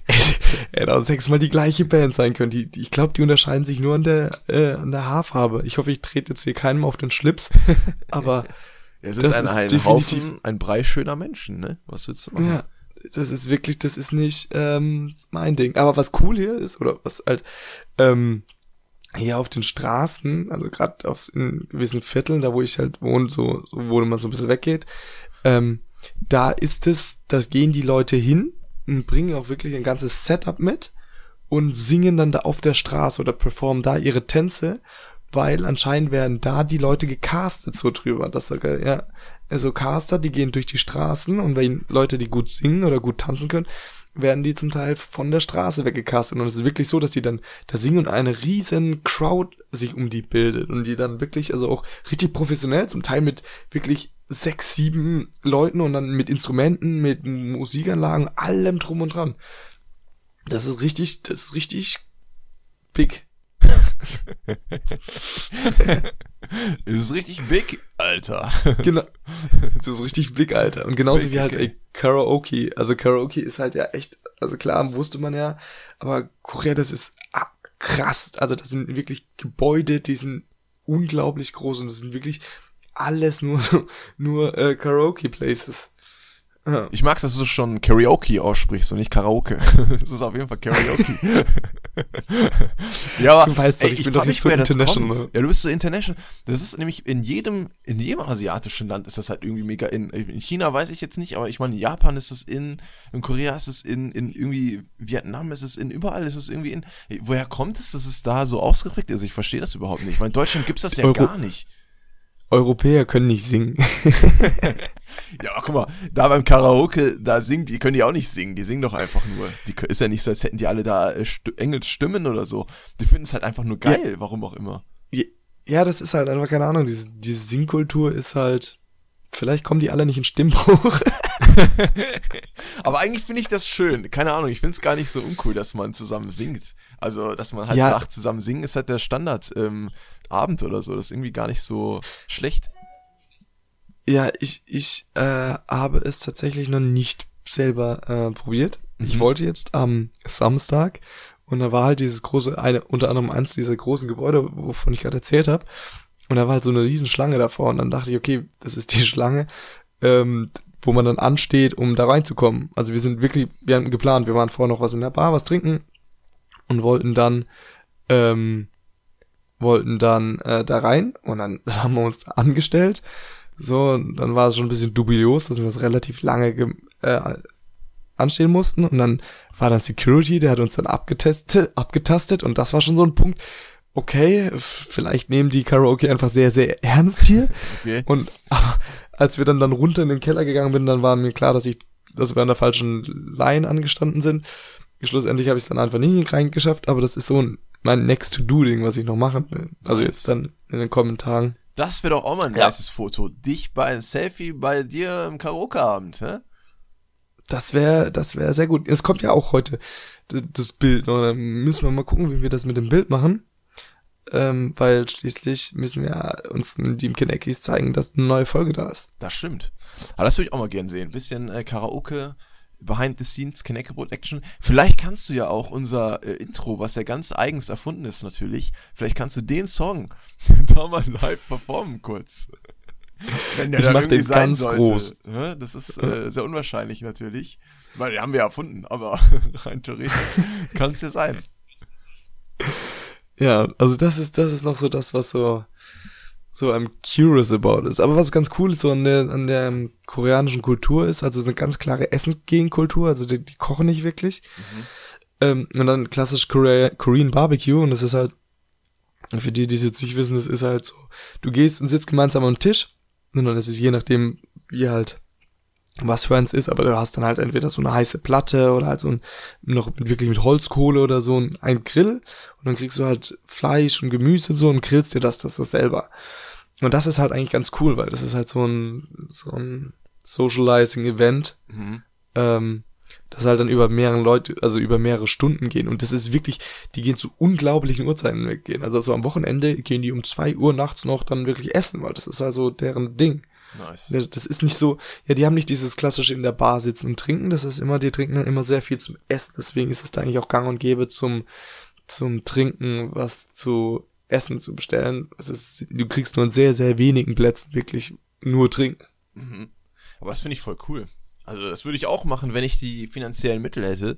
hätte auch sechsmal die gleiche Band sein können. Die, die, ich glaube, die unterscheiden sich nur an der, äh, an der Haarfarbe. Ich hoffe, ich trete jetzt hier keinem auf den Schlips. Aber Es ist Das ein, ist ein definitiv- Haufen, ein Brei schöner Menschen, ne? Was willst du machen? ja, das ist wirklich, das ist nicht ähm, mein Ding. Aber was cool hier ist, oder was halt ähm, hier auf den Straßen, also gerade auf in gewissen Vierteln, da wo ich halt wohne, so, so wo man so ein bisschen weggeht, ähm, da ist es, das gehen die Leute hin und bringen auch wirklich ein ganzes Setup mit und singen dann da auf der Straße oder performen da ihre Tänze, weil anscheinend werden da die Leute gecastet so drüber. Das ist ja, ja, also Caster, die gehen durch die Straßen und wenn Leute, die gut singen oder gut tanzen können, werden die zum Teil von der Straße weggecastet. Und es ist wirklich so, dass die dann da singen und eine riesen Crowd sich um die bildet und die dann wirklich, also auch richtig professionell, zum Teil mit wirklich sechs, sieben Leuten und dann mit Instrumenten, mit Musikanlagen, allem drum und dran. Das ist richtig, das ist richtig big. Es ist richtig big, Alter. Genau. Das ist richtig big, Alter. Und genauso Big, wie halt okay. ey, Karaoke. Also Karaoke ist halt ja echt, also klar, wusste man ja, aber Korea, das ist ah, krass. Also das sind wirklich Gebäude, die sind unglaublich groß und das sind wirklich alles nur so, nur äh, Karaoke-Places. Ja. Ich mag's, dass du schon Karaoke aussprichst und nicht Karaoke. Das ist auf jeden Fall Karaoke. Ja, aber Du weißt doch, ey, ich bin doch frag nicht mich, so woher das international. kommt. Ja, du bist so international. Das ist nämlich in jedem, in jedem asiatischen Land ist das halt irgendwie mega in. In China weiß ich jetzt nicht, aber ich meine, in Japan ist es in, in Korea ist es in, in irgendwie Vietnam ist es in, überall ist es irgendwie in. Woher kommt es, dass es da so ausgeprägt ist? Ich verstehe das überhaupt nicht. Weil in Deutschland gibt's das ja Euro- gar nicht. Europäer können nicht singen. Ja, aber guck mal, da beim Karaoke, da singen die, können die auch nicht singen, die singen doch einfach nur. Die kö- ist ja nicht so, als hätten die alle da äh, st- Engelsstimmen oder so. Die finden es halt einfach nur geil, warum auch immer. Ja, das ist halt einfach, keine Ahnung, diese, diese Singkultur ist halt, vielleicht kommen die alle nicht in Stimmbruch. Aber eigentlich finde ich das schön. Keine Ahnung, ich finde es gar nicht so uncool, dass man zusammen singt. Also, dass man halt Ja. sagt, zusammen singen ist halt der Standard ähm, Abend oder so. Das ist irgendwie gar nicht so schlecht. Ja, ich, ich äh, habe es tatsächlich noch nicht selber äh, probiert. Ich Mhm. wollte jetzt am Samstag und da war halt dieses große, eine unter anderem eins dieser großen Gebäude, wovon ich gerade erzählt habe. Und da war halt so eine riesen Schlange davor und dann dachte ich, okay, das ist die Schlange, ähm, wo man dann ansteht, um da reinzukommen. Also wir sind wirklich, wir haben geplant, wir waren vorher noch was in der Bar, was trinken und wollten dann ähm, wollten dann äh, da rein und dann haben wir uns da angestellt. So, und dann war es schon ein bisschen dubios, dass wir das relativ lange ge- äh, anstehen mussten. Und dann war dann Security, der hat uns dann abgetestet, abgetastet und das war schon so ein Punkt, okay, vielleicht nehmen die Karaoke einfach sehr, sehr ernst hier. Okay. Und aber als wir dann, dann runter in den Keller gegangen sind, dann war mir klar, dass ich, dass wir an der falschen Line angestanden sind. Schlussendlich habe ich es dann einfach nicht reingeschafft, aber das ist so ein, mein Next-to-Do-Ding, was ich noch machen will. Also Nice. jetzt dann in den Kommentaren. Das wäre doch auch mal ein Ja. nices Foto. Dich bei einem Selfie bei dir im Karaoke-Abend, hä? Das wäre, das wäre sehr gut. Es kommt ja auch heute d- das Bild, ne? Dann müssen wir mal gucken, wie wir das mit dem Bild machen. Ähm, weil schließlich müssen wir uns in Team Kineckies zeigen, dass eine neue Folge da ist. Das stimmt. Aber das würde ich auch mal gern sehen. Ein bisschen äh, Karaoke, Behind the Scenes, Kinecki-Boot Action. Vielleicht kannst du ja auch unser äh, Intro, was ja ganz eigens erfunden ist natürlich, vielleicht kannst du den Song da mal live performen kurz. Wenn der Ich dann mach irgendwie den sein ganz sollte. groß. Ja, das ist äh, sehr unwahrscheinlich natürlich. Weil den haben wir ja erfunden, aber rein theoretisch kann es ja sein. Ja, also das ist, das ist noch so das, was so, so I'm curious about ist. Aber was ganz cool ist so an der, an der ähm, koreanischen Kultur ist, also es ist eine ganz klare Essensgegenkultur, also die, die kochen nicht wirklich. Mhm. Ähm, und dann klassisch Korea, Korean Barbecue und das ist halt, für die, die es jetzt nicht wissen, das ist halt so, du gehst und sitzt gemeinsam am Tisch und dann ist es je nachdem, wie halt, was für eins ist, aber du hast dann halt entweder so eine heiße Platte oder halt so ein, noch mit, wirklich mit Holzkohle oder so ein, ein Grill und dann kriegst du halt Fleisch und Gemüse so und grillst dir das, das so selber. Und das ist halt eigentlich ganz cool, weil das ist halt so ein, so ein Socializing-Event, Mhm. ähm, das halt dann über mehrere Leute, also über mehrere Stunden gehen. Und das ist wirklich, die gehen zu unglaublichen Uhrzeiten weggehen. Also so am Wochenende gehen die um zwei Uhr nachts noch dann wirklich essen, weil das ist also deren Ding. Nice. Das, das ist nicht so, ja, die haben nicht dieses klassische in der Bar sitzen und trinken, das ist immer, die trinken dann immer sehr viel zum Essen, deswegen ist es da eigentlich auch gang und gäbe zum, zum Trinken, was zu essen zu bestellen. Es ist, du kriegst nur in sehr, sehr wenigen Plätzen wirklich nur trinken. Mhm. Aber das finde ich voll cool. Also das würde ich auch machen, wenn ich die finanziellen Mittel hätte.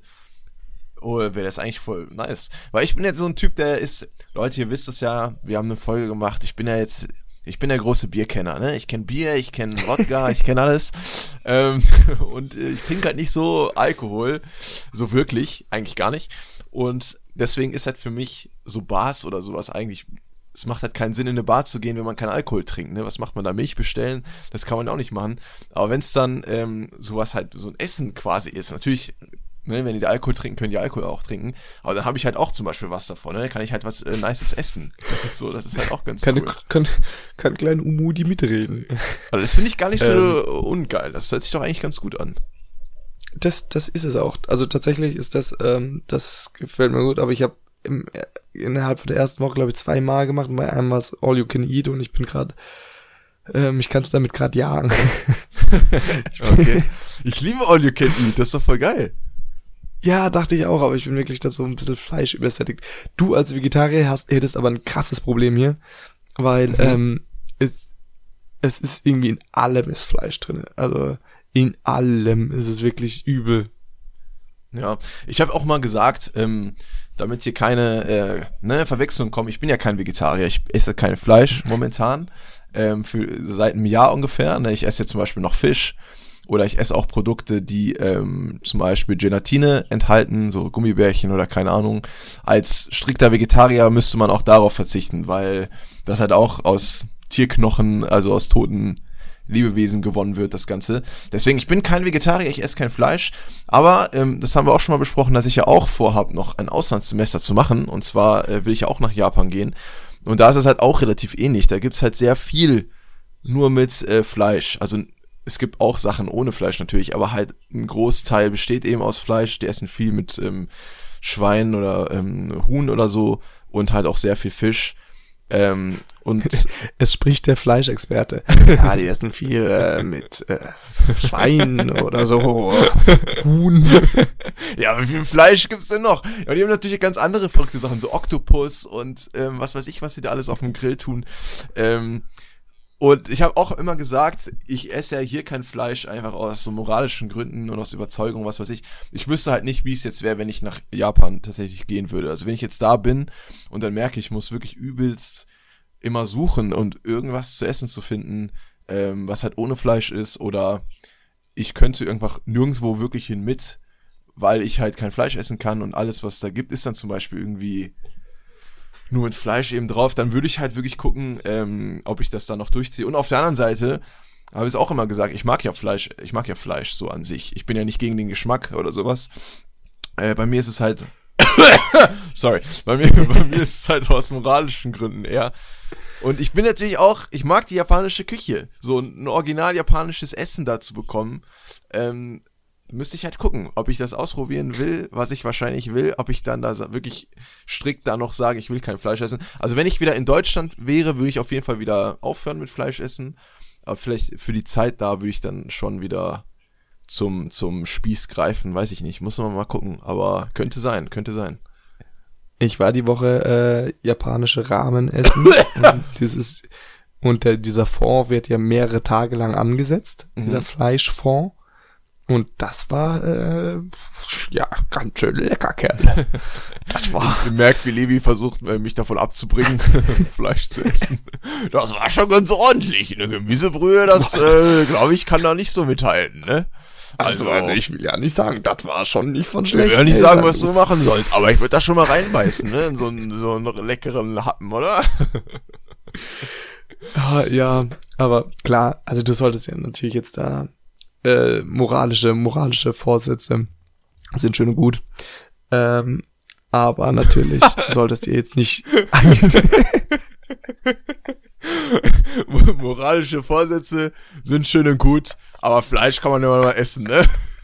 Oh, wäre das eigentlich voll nice. Weil ich bin jetzt so ein Typ, der ist, Leute, ihr wisst es ja, wir haben eine Folge gemacht, ich bin ja jetzt, ich bin der große Bierkenner, ne? Ich kenne Bier, ich kenne Wodka, ich kenne alles. Ähm, und äh, ich trinke halt nicht so Alkohol, so wirklich, eigentlich gar nicht. Und deswegen ist halt für mich so Bars oder sowas eigentlich, es macht halt keinen Sinn, in eine Bar zu gehen, wenn man keinen Alkohol trinkt, ne? Was macht man da? Milch bestellen? Das kann man auch nicht machen. Aber wenn es dann ähm, sowas halt, so ein Essen quasi ist, natürlich, ne, wenn die Alkohol trinken, können die Alkohol auch trinken. Aber dann habe ich halt auch zum Beispiel was davon, ne? Dann kann ich halt was äh, Nices essen. So, das ist halt auch ganz Keine, cool. kann, kann kleinen Umudi mitreden. Also das finde ich gar nicht so Ähm. ungeil. Das hört sich doch eigentlich ganz gut an. Das, das ist es auch. Also tatsächlich ist das, ähm, das gefällt mir gut, aber ich habe im, äh, innerhalb von der ersten Woche, glaube ich, zweimal gemacht und bei einem war es All You Can Eat und ich bin gerade, ähm, ich kann es damit gerade jagen. Okay. Ich liebe All You Can Eat, das ist doch voll geil. Ja, dachte ich auch, aber ich bin wirklich da so ein bisschen Fleisch übersättigt. Du als Vegetarier hast, hättest aber ein krasses Problem hier, weil Mhm. ähm, es, es ist irgendwie in allem ist Fleisch drin. Also in allem ist es wirklich übel. Ja, ich habe auch mal gesagt, ähm, damit hier keine äh, ne, Verwechslung kommt, ich bin ja kein Vegetarier, ich esse kein Fleisch momentan, ähm, für, seit einem Jahr ungefähr. Ne? Ich esse jetzt zum Beispiel noch Fisch oder ich esse auch Produkte, die ähm, zum Beispiel Gelatine enthalten, so Gummibärchen oder keine Ahnung. Als strikter Vegetarier müsste man auch darauf verzichten, weil das halt auch aus Tierknochen, also aus toten Lebewesen gewonnen wird, das Ganze. Deswegen, ich bin kein Vegetarier, ich esse kein Fleisch, aber ähm, das haben wir auch schon mal besprochen, dass ich ja auch vorhabe, noch ein Auslandssemester zu machen, und zwar äh, will ich ja auch nach Japan gehen, und da ist es halt auch relativ ähnlich, da gibt's halt sehr viel nur mit äh, Fleisch, also es gibt auch Sachen ohne Fleisch natürlich, aber halt ein Großteil besteht eben aus Fleisch, die essen viel mit ähm, Schwein oder ähm, Huhn oder so und halt auch sehr viel Fisch. Ähm, und Es spricht der Fleischexperte. Ja, die essen viel äh, mit äh, Schwein oder so. Huhn. ja, aber wie viel Fleisch gibt's denn noch? Ja, die haben natürlich ganz andere verrückte Sachen, so Oktopus und ähm, was weiß ich, was sie da alles auf dem Grill tun. Ähm, Und ich habe auch immer gesagt, ich esse ja hier kein Fleisch, einfach aus so moralischen Gründen und aus Überzeugung, was weiß ich. Ich wüsste halt nicht, wie es jetzt wäre, wenn ich nach Japan tatsächlich gehen würde. Also wenn ich jetzt da bin und dann merke, ich muss wirklich übelst immer suchen und irgendwas zu essen zu finden, ähm, was halt ohne Fleisch ist, oder ich könnte einfach nirgendwo wirklich hin mit, weil ich halt kein Fleisch essen kann und alles, was es da gibt, ist dann zum Beispiel irgendwie nur mit Fleisch eben drauf, dann würde ich halt wirklich gucken, ähm, ob ich das dann noch durchziehe. Und auf der anderen Seite habe ich es auch immer gesagt, ich mag ja Fleisch, ich mag ja Fleisch so an sich. Ich bin ja nicht gegen den Geschmack oder sowas. Äh, bei mir ist es halt, sorry, bei mir, bei mir ist es halt aus moralischen Gründen eher. Und ich bin natürlich auch, ich mag die japanische Küche. So ein original japanisches Essen da zu bekommen, ähm, müsste ich halt gucken, ob ich das ausprobieren will, was ich wahrscheinlich will, ob ich dann da wirklich strikt da noch sage, ich will kein Fleisch essen. Also wenn ich wieder in Deutschland wäre, würde ich auf jeden Fall wieder aufhören mit Fleisch essen. Aber vielleicht für die Zeit da würde ich dann schon wieder zum, zum Spieß greifen, weiß ich nicht. Muss man mal gucken, aber könnte sein, könnte sein. Ich war die Woche äh, japanische Ramen essen und, dieses, und der, dieser Fond wird ja mehrere Tage lang angesetzt, mhm. dieser Fleischfond. Und das war, äh, ja, ganz schön lecker, Kerl. Das war... Ihr merkt, wie Levi versucht, mich davon abzubringen, Fleisch zu essen. Das war schon ganz ordentlich. Eine Gemüsebrühe, das, äh, glaube ich, kann da nicht so mithalten, ne? Also, also ich will ja nicht sagen, das war schon nicht von schlecht. Ich will ja nicht sagen, was du machen sollst, aber ich würde da schon mal reinbeißen, ne? In so einen, so einen leckeren Happen, oder? Ja, ja, aber klar, also du solltest ja natürlich jetzt da äh, moralische, moralische Vorsätze sind schön und gut. Ähm, aber natürlich solltest du jetzt nicht moralische Vorsätze sind schön und gut, aber Fleisch kann man immer noch mal essen, ne?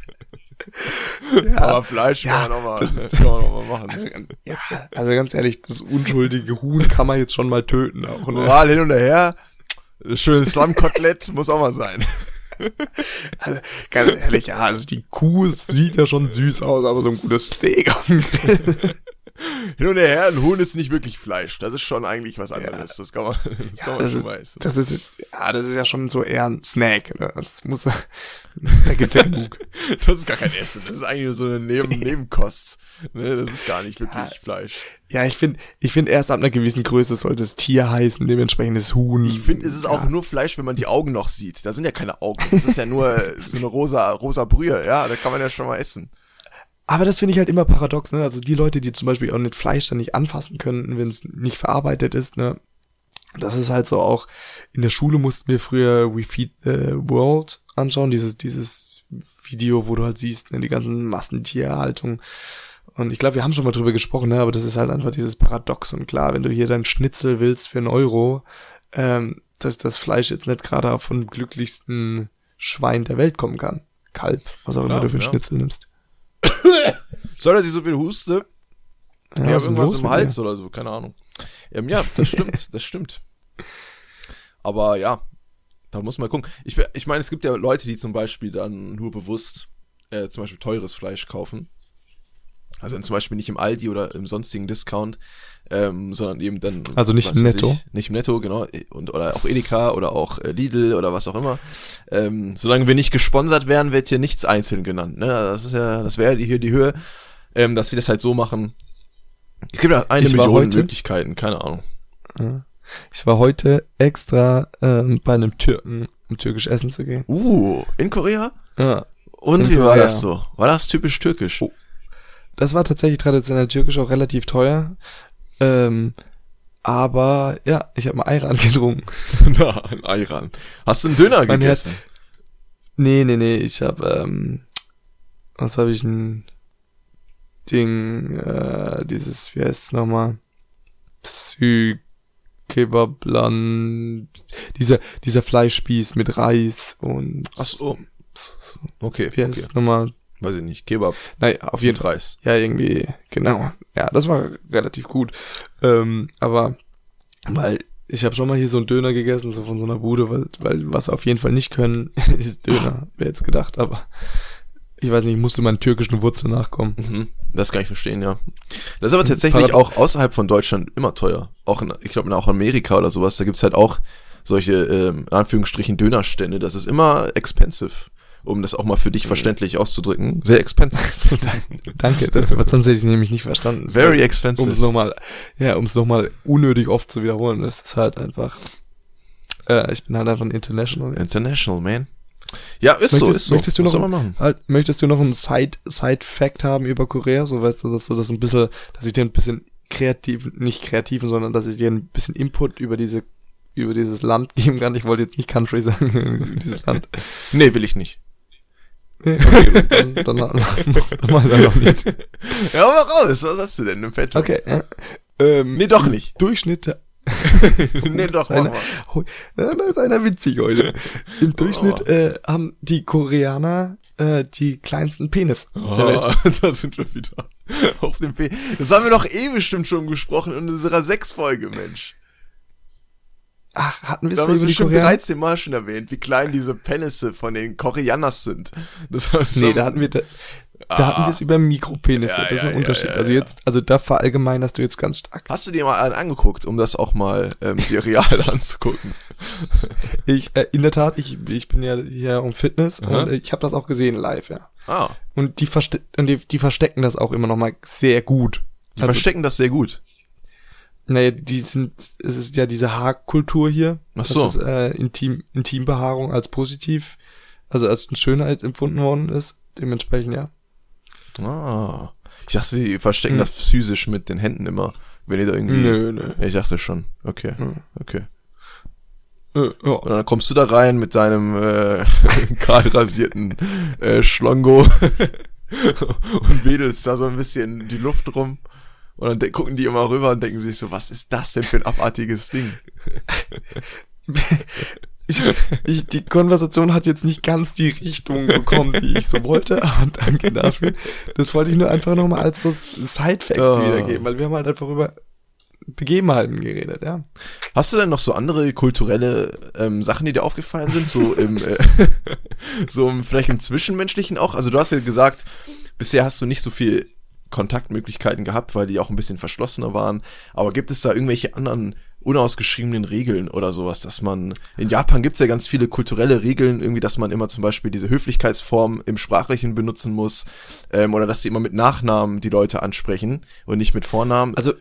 Ja, aber Fleisch ja, kann man noch mal, das, kann man noch mal machen. Also, ja, also ganz ehrlich, das unschuldige Huhn kann man jetzt schon mal töten. Auch, ne? Moral hin und her, schönes Lammkotelett muss auch mal sein. Also, ganz ehrlich, ja, also die Kuh sieht ja schon süß aus, aber so ein gutes Steak auf dem Grill. Hin und her, ein Huhn ist nicht wirklich Fleisch. Das ist schon eigentlich was anderes. Ja. Das kann man, das ja, kann man das schon ist, weiß. Das ist, ja, das ist ja schon so eher ein Snack. Ne? Das muss, da gibt's ja genug. Das ist gar kein Essen. Das ist eigentlich nur so eine Neben- Nebenkost. Ne? Das ist gar nicht wirklich ja. Fleisch. Ja, ich finde, ich finde erst ab einer gewissen Größe sollte es Tier heißen, dementsprechend das Huhn. Ich finde, es ist ja. auch nur Fleisch, wenn man die Augen noch sieht. Da sind ja keine Augen. Das ist ja nur so eine rosa, rosa Brühe. Ja, da kann man ja schon mal essen. Aber das finde ich halt immer paradox, ne? Also die Leute, die zum Beispiel auch nicht Fleisch dann nicht anfassen können, wenn es nicht verarbeitet ist, ne? Das ist halt so auch, in der Schule mussten wir früher We Feed the World anschauen, dieses, dieses Video, wo du halt siehst, ne, die ganzen Massentierhaltung. Und ich glaube, wir haben schon mal drüber gesprochen, ne? Aber das ist halt einfach dieses Paradox. Und klar, wenn du hier dein Schnitzel willst für einen Euro, ähm, dass das Fleisch jetzt nicht gerade von dem glücklichsten Schwein der Welt kommen kann. Kalb, was auch immer du für einen ja. Schnitzel nimmst. Soll er sich so viel huste? Ja, ich habe irgendwas im Hals oder so, keine Ahnung. Ähm, ja, das stimmt, das stimmt. Aber ja, da muss man gucken. Ich, ich meine, es gibt ja Leute, die zum Beispiel dann nur bewusst äh, zum Beispiel teures Fleisch kaufen. Also zum Beispiel nicht im Aldi oder im sonstigen Discount, ähm, sondern eben dann... Also nicht im Netto? Ich, nicht im Netto, genau. Und, oder auch Edeka oder auch äh, Lidl oder was auch immer. Ähm, solange wir nicht gesponsert werden, wird hier nichts einzeln genannt. Ne? Das ist ja, das wäre hier die Höhe, ähm, dass sie das halt so machen. Es gibt ja eine ich Million heute, Möglichkeiten, keine Ahnung. Ich war heute extra ähm, bei einem Türken, um türkisch essen zu gehen. Uh, in Korea? Ja. Und in wie Korea. war das so? War das typisch türkisch? Oh. Das war tatsächlich traditionell türkisch, auch relativ teuer. Ähm, aber ja, ich habe einen Ayran getrunken. Na, ein Ayran. Hast du einen Döner Mein gegessen? Herz, nee, nee, nee, ich habe, ähm, was habe ich ein Ding, äh, dieses, wie heißt es nochmal? Psy Kebablan, dieser, dieser Fleischspieß mit Reis und... Ach so. Okay, wie heißt es nochmal? Weiß ich nicht, Kebab. Naja, auf jeden Fall. Reis. Ja, irgendwie, genau. Ja, das war relativ gut. Ähm, aber, weil, ich habe schon mal hier so einen Döner gegessen, so von so einer Bude, weil, weil was auf jeden Fall nicht können, ist Döner, wäre jetzt gedacht, aber ich weiß nicht, ich musste meinen türkischen Wurzeln nachkommen. Mhm, das kann ich verstehen, ja. Das ist aber tatsächlich auch außerhalb von Deutschland immer teuer. Auch in, ich glaube, auch in Amerika oder sowas, da gibt's halt auch solche, ähm, in Anführungsstrichen, Dönerstände, das ist immer expensive. Um das auch mal für dich verständlich auszudrücken. Sehr expensive. Danke, das, sonst hätte ich es nämlich nicht verstanden. Very expensive. Um es nochmal, ja, um es nochmal unnötig oft zu wiederholen, das ist halt einfach, äh, ich bin halt einfach ein International. International, man. Ja, ist möchtest, so, ist so. Möchtest du Was noch, soll man machen? Halt, möchtest du noch einen Side, Side-Fact haben über Korea? So, weißt du, dass du das ein bisschen, dass ich dir ein bisschen kreativ, nicht kreativen, sondern dass ich dir ein bisschen Input über diese, über dieses Land geben kann. Ich wollte jetzt nicht Country sagen, über dieses Land. Nee, will ich nicht. Nee, okay, dann, dann, dann, dann mach ich das noch nicht. Ja, aber raus, was hast du denn im Petto? Okay, ja. Ähm, Nee, doch nicht. Durchschnitt. Nee, doch, einer, mach mal. ja, da ist einer witzig heute. Im Durchschnitt Oh. äh, haben die Koreaner äh, die kleinsten Penis der Welt. Oh, da sind wir wieder auf dem P. Das haben wir doch eh bestimmt schon gesprochen in unserer Sechs-Folge, Mensch. Ach, hatten wir es Da da haben wir über die bestimmt Koreaner? dreizehn Mal schon erwähnt, wie klein diese Penisse von den Koreaners sind. Das war Nee, da hatten wir da, da Ah. hatten wir es über Mikropenisse. Ja, das ist ja, ein ja, Unterschied. ja, also ja. jetzt, also da verallgemeinerst du jetzt ganz stark. Hast du dir mal einen angeguckt, um das auch mal ähm, dir real anzugucken? Ich, äh, in der Tat, ich, ich bin ja hier um Fitness Aha. und äh, ich habe das auch gesehen live, ja. Ah, Und die, verste und die, die verstecken das auch immer noch mal sehr gut. die Also, verstecken das sehr gut. Naja, die sind, es ist ja diese Haarkultur hier. Ach so. Dass es, äh, Intim, Intimbehaarung als positiv, also als eine Schönheit empfunden worden ist. Dementsprechend, ja. Ah. Ich dachte, die verstecken Hm. das physisch mit den Händen immer, wenn ihr da irgendwie... Nö, nö. Ja, ich dachte schon. Okay, Hm. okay. Äh, ja. Und dann kommst du da rein mit deinem äh, kahl rasierten äh, Schlongo und wedelst da so ein bisschen die Luft rum. Und dann de- gucken die immer rüber und denken sich so, was ist das denn für ein abartiges Ding? Ich, ich, die Konversation hat jetzt nicht ganz die Richtung bekommen, die ich so wollte, aber danke dafür. Das wollte ich nur einfach nochmal als so Side-Fact Oh. wiedergeben, weil wir haben halt einfach über Begebenheiten geredet, ja. Hast du denn noch so andere kulturelle ähm, Sachen, die dir aufgefallen sind? So im, äh, so im, vielleicht im Zwischenmenschlichen auch? Also du hast ja gesagt, bisher hast du nicht so viel Kontaktmöglichkeiten gehabt, weil die auch ein bisschen verschlossener waren. Aber gibt es da irgendwelche anderen unausgeschriebenen Regeln oder sowas, dass man, in Japan gibt's ja ganz viele kulturelle Regeln, irgendwie, dass man immer zum Beispiel diese Höflichkeitsform im Sprachlichen benutzen muss, ähm, oder dass sie immer mit Nachnamen die Leute ansprechen und nicht mit Vornamen. Also,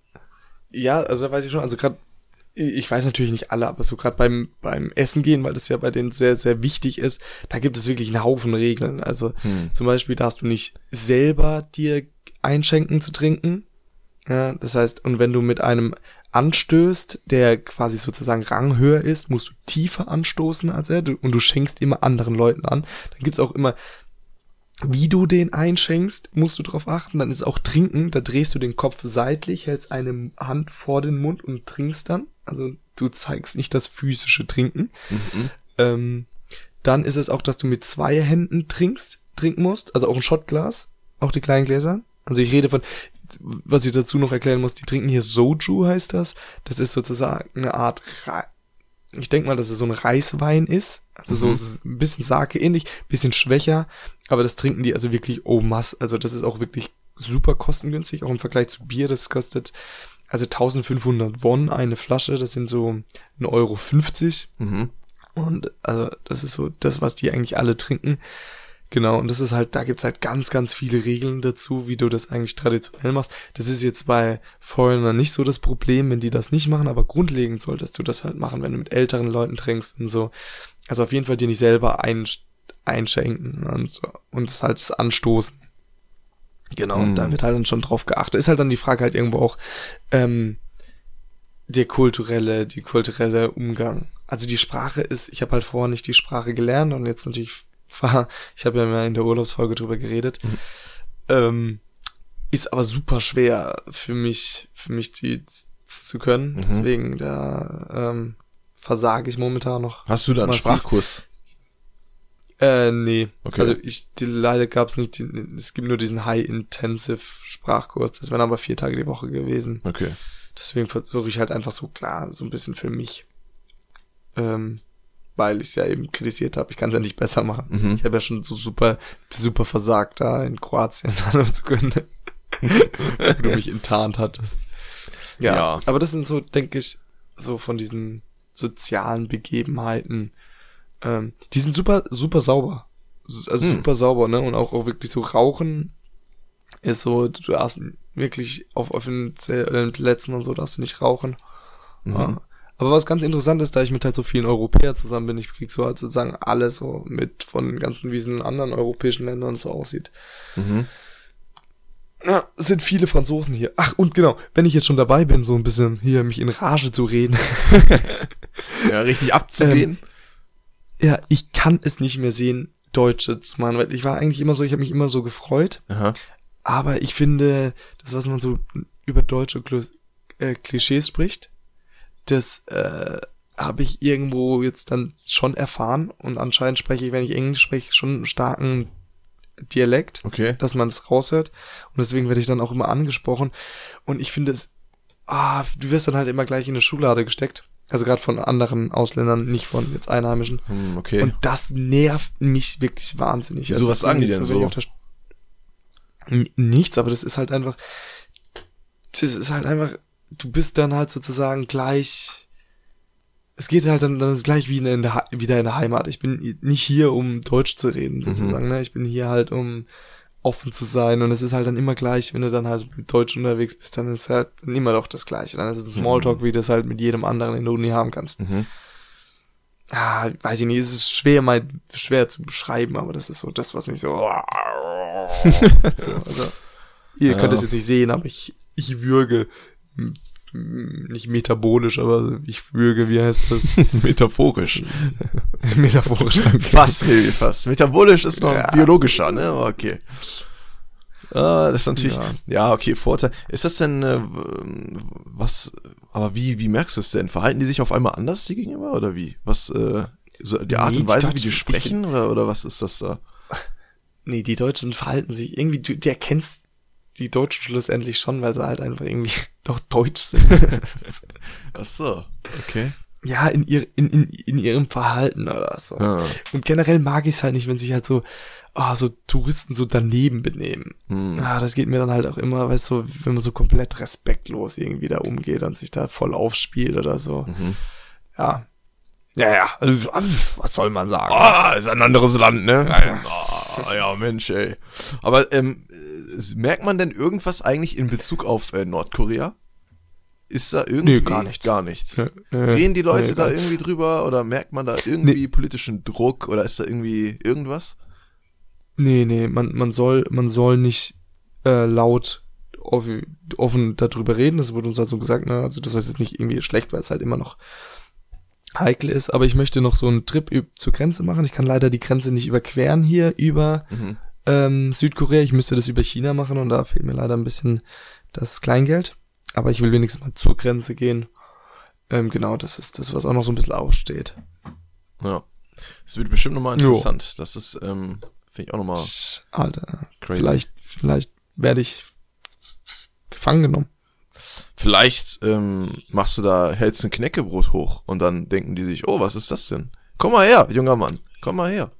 ja, also da weiß ich schon, also gerade, ich weiß natürlich nicht alle, aber so gerade beim, beim Essen gehen, weil das ja bei denen sehr, sehr wichtig ist, da gibt es wirklich einen Haufen Regeln. Also Hm. zum Beispiel darfst du nicht selber dir einschenken zu trinken. Ja, das heißt, und wenn du mit einem anstößt, der quasi sozusagen ranghöher ist, musst du tiefer anstoßen als er, du, und du schenkst immer anderen Leuten an. Dann gibt's auch immer, wie du den einschenkst, musst du drauf achten. Dann ist auch Trinken, da drehst du den Kopf seitlich, hältst eine Hand vor den Mund und trinkst dann. Also du zeigst nicht das physische Trinken. Mhm. Ähm, dann ist es auch, dass du mit zwei Händen trinkst, trinken musst, also auch ein Shotglas, auch die kleinen Gläser. Also ich rede von, was ich dazu noch erklären muss, die trinken hier Soju, heißt das. Das ist sozusagen eine Art, Re- ich denke mal, dass es so ein Reiswein ist. Also so Mhm. ein bisschen Sake ähnlich, bisschen schwächer, aber das trinken die also wirklich au masse. Also das ist auch wirklich super kostengünstig, auch im Vergleich zu Bier. Das kostet also eintausendfünfhundert Won eine Flasche, das sind so ein Euro fünfzig. Mhm. Und also das ist so das, was die eigentlich alle trinken. Genau, und das ist halt, da gibt's halt ganz, ganz viele Regeln dazu, wie du das eigentlich traditionell machst. Das ist jetzt bei Foreignern nicht so das Problem, wenn die das nicht machen, aber grundlegend solltest du das halt machen, wenn du mit älteren Leuten trinkst und so. Also auf jeden Fall dir nicht selber ein, einschenken und so. Und das halt das Anstoßen. Genau, und Mhm. da wird halt dann schon drauf geachtet. Ist halt dann die Frage halt irgendwo auch, ähm, der kulturelle, die kulturelle Umgang. Also die Sprache ist, ich habe halt vorher nicht die Sprache gelernt und jetzt natürlich war, ich habe ja mal in der Urlaubsfolge drüber geredet, Mhm. ähm, ist aber super schwer für mich, für mich die z- zu können. Mhm. Deswegen, da ähm, versage ich momentan noch. Hast du da einen Massiv. Sprachkurs? Äh, nee. Okay. Also ich, die, leider gab's nicht, die, es gibt nur diesen High-Intensive Sprachkurs. Das wären aber vier Tage die Woche gewesen. Okay. Deswegen versuche ich halt einfach so klar, so ein bisschen für mich. Ähm, weil ich es ja eben kritisiert habe. Ich kann es ja nicht besser machen. Mhm. Ich habe ja schon so super, super versagt, da in Kroatien zu können. Wo du mich enttarnt hattest. Ja, Ja. aber das sind so, denke ich, so von diesen sozialen Begebenheiten. Ähm, die sind super, super sauber. Also Hm. super sauber, ne? Und auch, auch wirklich so Rauchen ist so, du darfst wirklich auf offiziellen Plätzen und so darfst du nicht rauchen. Mhm. Ja. Aber was ganz interessant ist, da ich mit halt so vielen Europäern zusammen bin, ich krieg so halt sozusagen alles so mit von den ganzen, wie es in anderen europäischen Ländern so aussieht. Mhm. Ja, es sind viele Franzosen hier. Ach, und genau, wenn ich jetzt schon dabei bin, so ein bisschen hier mich in Rage zu reden. Ja, richtig abzugehen. Ähm, ja, ich kann es nicht mehr sehen, Deutsche zu machen, weil ich war eigentlich immer so, ich habe mich immer so gefreut. Aha. Aber ich finde, das, was man so über deutsche Kl- äh, Klischees spricht, das äh, habe ich irgendwo jetzt dann schon erfahren. Und anscheinend spreche ich, wenn ich Englisch spreche, schon einen starken Dialekt, Okay. dass man es raushört. Und deswegen werde ich dann auch immer angesprochen. Und ich finde es, ah, du wirst dann halt immer gleich in eine Schublade gesteckt. Also gerade von anderen Ausländern, nicht von jetzt Einheimischen. Hm, okay. Und das nervt mich wirklich wahnsinnig. Wieso, was ich bin sagen die jetzt denn so, wenn ich so? auf der St- N- Nichts, aber das ist halt einfach, das ist halt einfach, du bist dann halt sozusagen gleich, es geht halt dann, dann ist gleich wie in der, Ha- wieder in der Heimat. Ich bin nicht hier, um Deutsch zu reden, sozusagen, ne? Ich bin hier halt, um offen zu sein, und es ist halt dann immer gleich, wenn du dann halt mit Deutsch unterwegs bist, dann ist halt dann immer doch das Gleiche. Dann ist es ein Smalltalk, wie du es halt mit jedem anderen in der Uni haben kannst. Mhm. Ah, weiß ich nicht, es ist schwer, mal schwer zu beschreiben, aber das ist so das, was mich so, so also, ihr Ja. könnt es jetzt nicht sehen, aber ich, ich würge, m- m- nicht metabolisch, aber ich würge, wie heißt das? Metaphorisch. Metaphorisch. Fast, Hilvi, fast. Metabolisch ist noch Ja. biologischer, ne? Aber okay. Ah, das ist natürlich, ja. Ja. okay, Vorteil. Ist das denn, äh, was, aber wie, wie merkst du es denn? Verhalten die sich auf einmal anders, die gegenüber, oder wie? Was, äh, so die Art Nee, und Weise, die wie die Deutschen- sprechen, oder, oder was ist das da? Nee, die Deutschen verhalten sich irgendwie, du, du erkennst die Deutschen schlussendlich schon, weil sie halt einfach irgendwie doch deutsch sind. Ach so, okay. Ja, in, ihr, in, in, in ihrem Verhalten oder so. Ja. Und generell mag ich es halt nicht, wenn sich halt so, ah, so Touristen so daneben benehmen. Hm. Ah, das geht mir dann halt auch immer, weißt du, wenn man so komplett respektlos irgendwie da umgeht und sich da voll aufspielt oder so. Mhm. Ja. Ja, ja, also, was soll man sagen? Ah, ist ein anderes Land, ne? Ja, ja. Ah, ja, Mensch, ey. Aber ähm, äh, merkt man denn irgendwas eigentlich in Bezug auf äh, Nordkorea? Ist da irgendwie... Nee, gar nichts. Gar nichts. Nö, nö. Reden die Leute Nee, da gar- irgendwie drüber oder merkt man da irgendwie politischen Druck oder ist da irgendwie irgendwas? Nee, nee, man, man soll, man soll nicht äh, laut offen, offen darüber reden, das wurde uns halt so gesagt, ne? Also das heißt jetzt nicht irgendwie schlecht, weil es halt immer noch heikel ist, aber ich möchte noch so einen Trip üb- zur Grenze machen. Ich kann leider die Grenze nicht überqueren hier über Mhm. ähm, Südkorea. Ich müsste das über China machen und da fehlt mir leider ein bisschen das Kleingeld. Aber ich will wenigstens mal zur Grenze gehen. Ähm, genau, das ist das, was auch noch so ein bisschen aussteht. Ja. Das wird bestimmt nochmal Jo. interessant. Das ist, ähm, finde ich auch nochmal Alter, crazy. vielleicht, vielleicht werde ich gefangen genommen. Vielleicht ähm, machst du da, hältst ein Knäckebrot hoch und dann denken die sich, oh, was ist das denn? Komm mal her, junger Mann, komm mal her.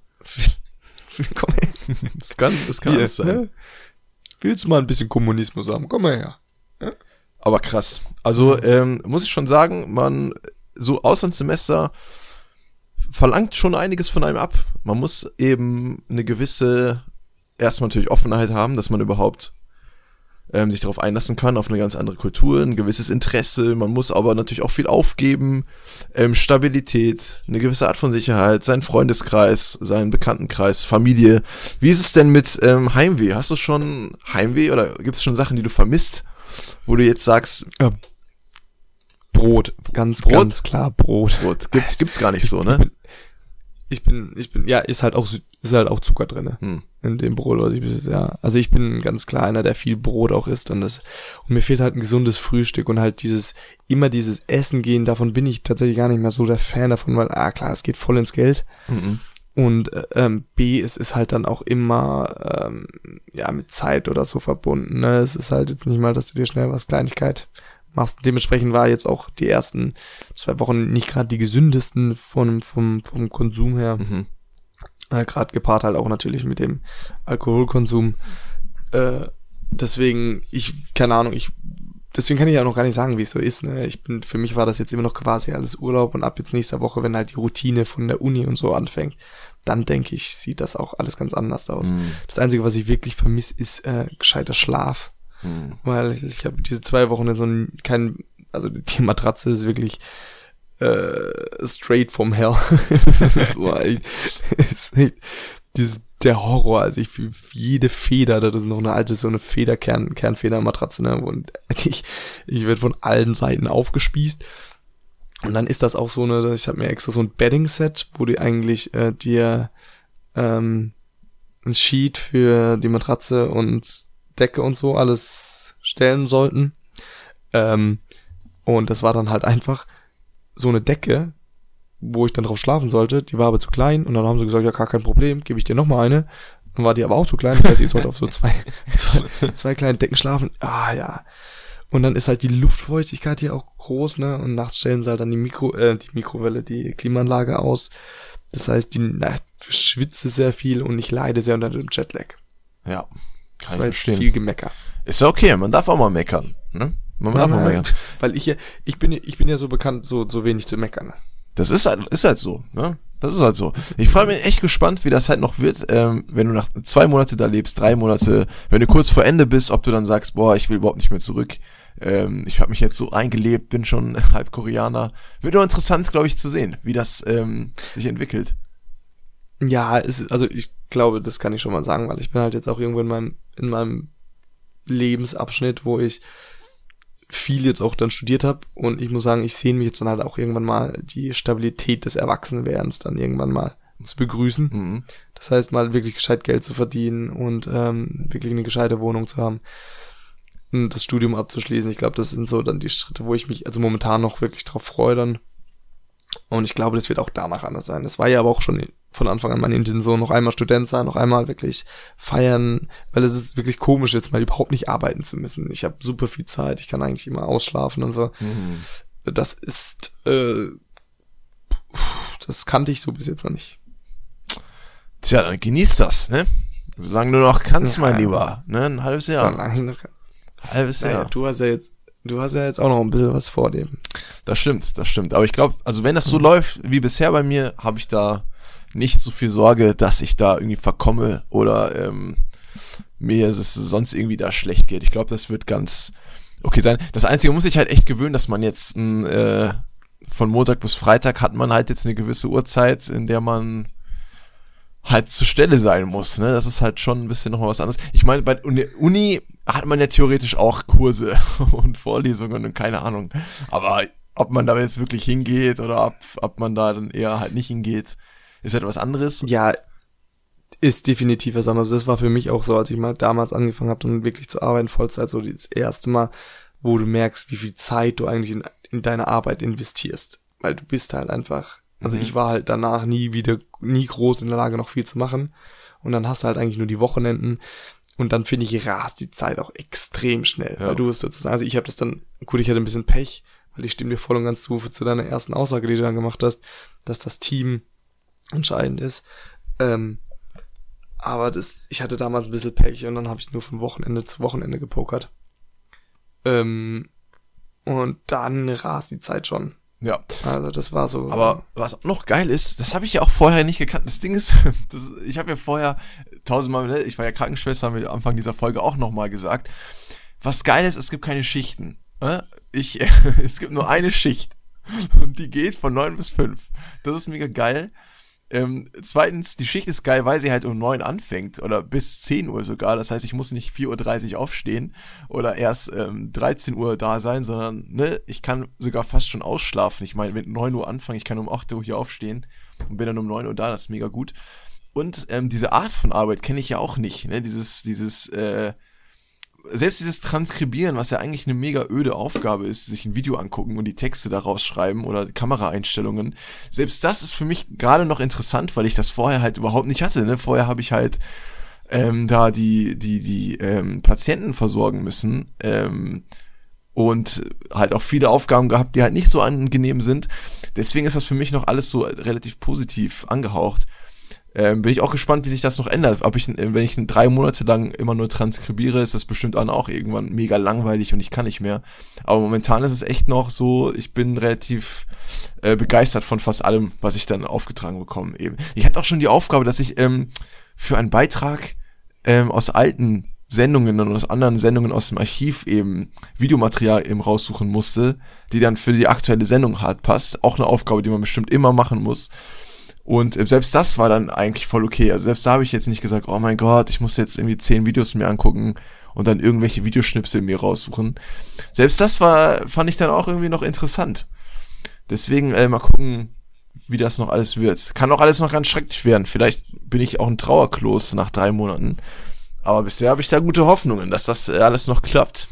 Komm her. Das kann, das kann Hier, alles sein. ne? Willst du mal ein bisschen Kommunismus haben? Komm mal her. Aber krass. Also ähm, muss ich schon sagen, man, so Auslandssemester verlangt schon einiges von einem ab. Man muss eben eine gewisse, erstmal natürlich Offenheit haben, dass man überhaupt ähm, sich darauf einlassen kann, auf eine ganz andere Kultur, ein gewisses Interesse. Man muss aber natürlich auch viel aufgeben, ähm, Stabilität, eine gewisse Art von Sicherheit, seinen Freundeskreis, seinen Bekanntenkreis, Familie. Wie ist es denn mit ähm, Heimweh? Hast du schon Heimweh oder gibt es schon Sachen, die du vermisst, wo du jetzt sagst, Ja. Brot, ganz, Brot? ganz klar Brot. Brot, gibt's, gibt's gar nicht so, ne? Ich bin, ich bin, ja, ist halt auch, Sü- ist halt auch Zucker drinne Hm. in dem Brot, was ich bis ja. Also ich bin ganz klar einer, der viel Brot auch isst und das, und mir fehlt halt ein gesundes Frühstück und halt dieses, immer dieses Essen gehen, davon bin ich tatsächlich gar nicht mehr so der Fan davon, weil, ah klar, es geht voll ins Geld. Mhm. Und äh, ähm, B, es ist halt dann auch immer ähm, ja mit Zeit oder so verbunden. Ne? Es ist halt jetzt nicht mal, dass du dir schnell was Kleinigkeit machst. Dementsprechend war jetzt auch die ersten zwei Wochen nicht gerade die gesündesten vom vom vom Konsum her. Mhm. Äh, gerade gepaart halt auch natürlich mit dem Alkoholkonsum. Äh, deswegen, ich, keine Ahnung, ich deswegen kann ich ja noch gar nicht sagen, wie es so ist, ne? Ich bin, für mich war das jetzt immer noch quasi alles Urlaub und ab jetzt nächster Woche, wenn halt die Routine von der Uni und so anfängt, dann denke ich, sieht das auch alles ganz anders aus. Mhm. Das Einzige, was ich wirklich vermisse, ist äh, gescheiter Schlaf. Mhm. Weil ich, ich habe diese zwei Wochen so ein, kein, also die Matratze ist wirklich äh, straight from hell. Das ist, boah, ich, ist echt, dieses, der Horror, also ich für jede Feder, das ist noch eine alte, so eine Federkern, Kernfedermatratze, ne, und ich, ich werde von allen Seiten aufgespießt. Und dann ist das auch so eine, ich habe mir extra so ein Bedding-Set, wo die eigentlich äh, dir ähm, ein Sheet für die Matratze und Decke und so alles stellen sollten. Ähm, und das war dann halt einfach so eine Decke, wo ich dann drauf schlafen sollte, die war aber zu klein und dann haben sie gesagt, ja, gar kein Problem, gebe ich dir nochmal eine. Dann war die aber auch zu klein, das heißt, ich sollte auf so zwei, zwei, zwei kleinen Decken schlafen. Ah, ja. Und dann ist halt die Luftfeuchtigkeit hier auch groß, ne, und nachts stellen sie halt dann die Mikro, äh, die Mikrowelle, die Klimaanlage aus. Das heißt, die, na, ich schwitze sehr viel und ich leide sehr unter dem Jetlag. Ja, kann das ich war verstehen. Jetzt viel Gemecker. Ist ja okay, man darf auch mal meckern, ne? Man darf ja, mal meckern. Weil ich ja, ich bin, ich bin ja so bekannt, so, so wenig zu meckern. Das ist halt, ist halt so, ne? Das ist halt so. Ich frage mich echt gespannt, wie das halt noch wird, ähm, wenn du nach zwei Monate da lebst, drei Monate, wenn du kurz vor Ende bist, ob du dann sagst, boah, ich will überhaupt nicht mehr zurück. Ähm, ich habe mich jetzt so eingelebt, bin schon halb Koreaner. Wird doch interessant, glaube ich, zu sehen, wie das ähm, sich entwickelt. Ja, es, also ich glaube, das kann ich schon mal sagen, weil ich bin halt jetzt auch irgendwo in meinem, in meinem Lebensabschnitt, wo ich viel jetzt auch dann studiert habe und ich muss sagen, ich sehe mich jetzt dann halt auch irgendwann mal die Stabilität des Erwachsenwerdens dann irgendwann mal zu begrüßen. Mhm. Das heißt, mal wirklich gescheit Geld zu verdienen und ähm, wirklich eine gescheite Wohnung zu haben und das Studium abzuschließen. Ich glaube, das sind so dann die Schritte, wo ich mich also momentan noch wirklich drauf freue dann. Und ich glaube, das wird auch danach anders sein. Das war ja aber auch schon von Anfang an meine Intention, noch einmal Student sein, noch einmal wirklich feiern, weil es ist wirklich komisch, jetzt mal überhaupt nicht arbeiten zu müssen. Ich habe super viel Zeit, ich kann eigentlich immer ausschlafen und so. Mhm. Das ist, äh, das kannte ich so bis jetzt noch nicht. Tja, dann genieß das, ne? Solange du noch kannst, ja, mein Lieber, ne? Ein halbes Jahr. Solange ich noch kann. Halbes Jahr. Ja, du hast ja jetzt Du hast ja jetzt auch noch ein bisschen was vor dem. Das stimmt, das stimmt. Aber ich glaube, also wenn das so mhm. läuft wie bisher bei mir, habe ich da nicht so viel Sorge, dass ich da irgendwie verkomme oder ähm, mir es sonst irgendwie da schlecht geht. Ich glaube, das wird ganz okay sein. Das Einzige, man muss sich halt echt gewöhnen, dass man jetzt ein, äh, von Montag bis Freitag hat man halt jetzt eine gewisse Uhrzeit, in der man halt zur Stelle sein muss, ne? Das ist halt schon ein bisschen nochmal was anderes. Ich meine, bei Uni, Uni hat man ja theoretisch auch Kurse und Vorlesungen und keine Ahnung. Aber ob man da jetzt wirklich hingeht oder ob, ob man da dann eher halt nicht hingeht, ist halt was anderes. Ja, ist definitiv was anderes. Das war für mich auch so, als ich mal damals angefangen habe, dann wirklich zu arbeiten, Vollzeit, so das erste Mal, wo du merkst, wie viel Zeit du eigentlich in, in deine Arbeit investierst. Weil du bist halt einfach, also mhm. ich war halt danach nie wieder, nie groß in der Lage, noch viel zu machen. Und dann hast du halt eigentlich nur die Wochenenden. Und dann finde ich, rast die Zeit auch extrem schnell. Ja. Weil du es sozusagen, also ich habe das dann, gut, ich hatte ein bisschen Pech, weil ich stimme dir voll und ganz zu, zu deiner ersten Aussage, die du dann gemacht hast, dass das Team entscheidend ist. Ähm, aber das, ich hatte damals ein bisschen Pech und dann habe ich nur von Wochenende zu Wochenende gepokert. Ähm, und dann rast die Zeit schon. Ja. Also das war so. Aber was auch noch geil ist, das habe ich ja auch vorher nicht gekannt. Das Ding ist, das, ich habe ja vorher tausendmal, ne, ich war ja Krankenschwester, haben wir am Anfang dieser Folge auch nochmal gesagt. Was geil ist, es gibt keine Schichten. Ne? Ich, es gibt nur eine Schicht und die geht von neun bis fünf. Das ist mega geil. Ähm, zweitens, die Schicht ist geil, weil sie halt um neun anfängt oder bis zehn Uhr sogar. Das heißt, ich muss nicht vier Uhr dreißig aufstehen oder erst ähm, dreizehn Uhr da sein, sondern ne, ich kann sogar fast schon ausschlafen. Ich meine, mit neun Uhr anfangen, ich kann um acht Uhr hier aufstehen und bin dann um neun Uhr da, das ist mega gut. Und ähm, diese Art von Arbeit kenne ich ja auch nicht. Ne? Dieses, dieses, äh, selbst dieses Transkribieren, was ja eigentlich eine mega öde Aufgabe ist, sich ein Video angucken und die Texte daraus schreiben oder Kameraeinstellungen, selbst das ist für mich gerade noch interessant, weil ich das vorher halt überhaupt nicht hatte. Ne? Vorher habe ich halt ähm, da die die die ähm, Patienten versorgen müssen ähm, und halt auch viele Aufgaben gehabt, die halt nicht so angenehm sind. Deswegen ist das für mich noch alles so relativ positiv angehaucht. ähm, bin ich auch gespannt, wie sich das noch ändert. Ob ich, wenn ich drei Monate lang immer nur transkribiere, ist das bestimmt dann auch irgendwann mega langweilig und ich kann nicht mehr. Aber momentan ist es echt noch so, ich bin relativ äh, begeistert von fast allem, was ich dann aufgetragen bekomme. Eben. Ich hatte auch schon die Aufgabe, dass ich ähm, für einen Beitrag ähm, aus alten Sendungen und aus anderen Sendungen aus dem Archiv eben Videomaterial eben raussuchen musste, die dann für die aktuelle Sendung hart passt. Auch eine Aufgabe, die man bestimmt immer machen muss. Und äh, selbst das war dann eigentlich voll okay. Also selbst da habe ich jetzt nicht gesagt, oh mein Gott, ich muss jetzt irgendwie zehn Videos mir angucken und dann irgendwelche Videoschnipsel mir raussuchen. Selbst das war, fand ich dann auch irgendwie noch interessant. Deswegen äh, mal gucken, wie das noch alles wird. Kann auch alles noch ganz schrecklich werden. Vielleicht bin ich auch ein Trauerklos nach drei Monaten. Aber bisher habe ich da gute Hoffnungen, dass das alles noch klappt.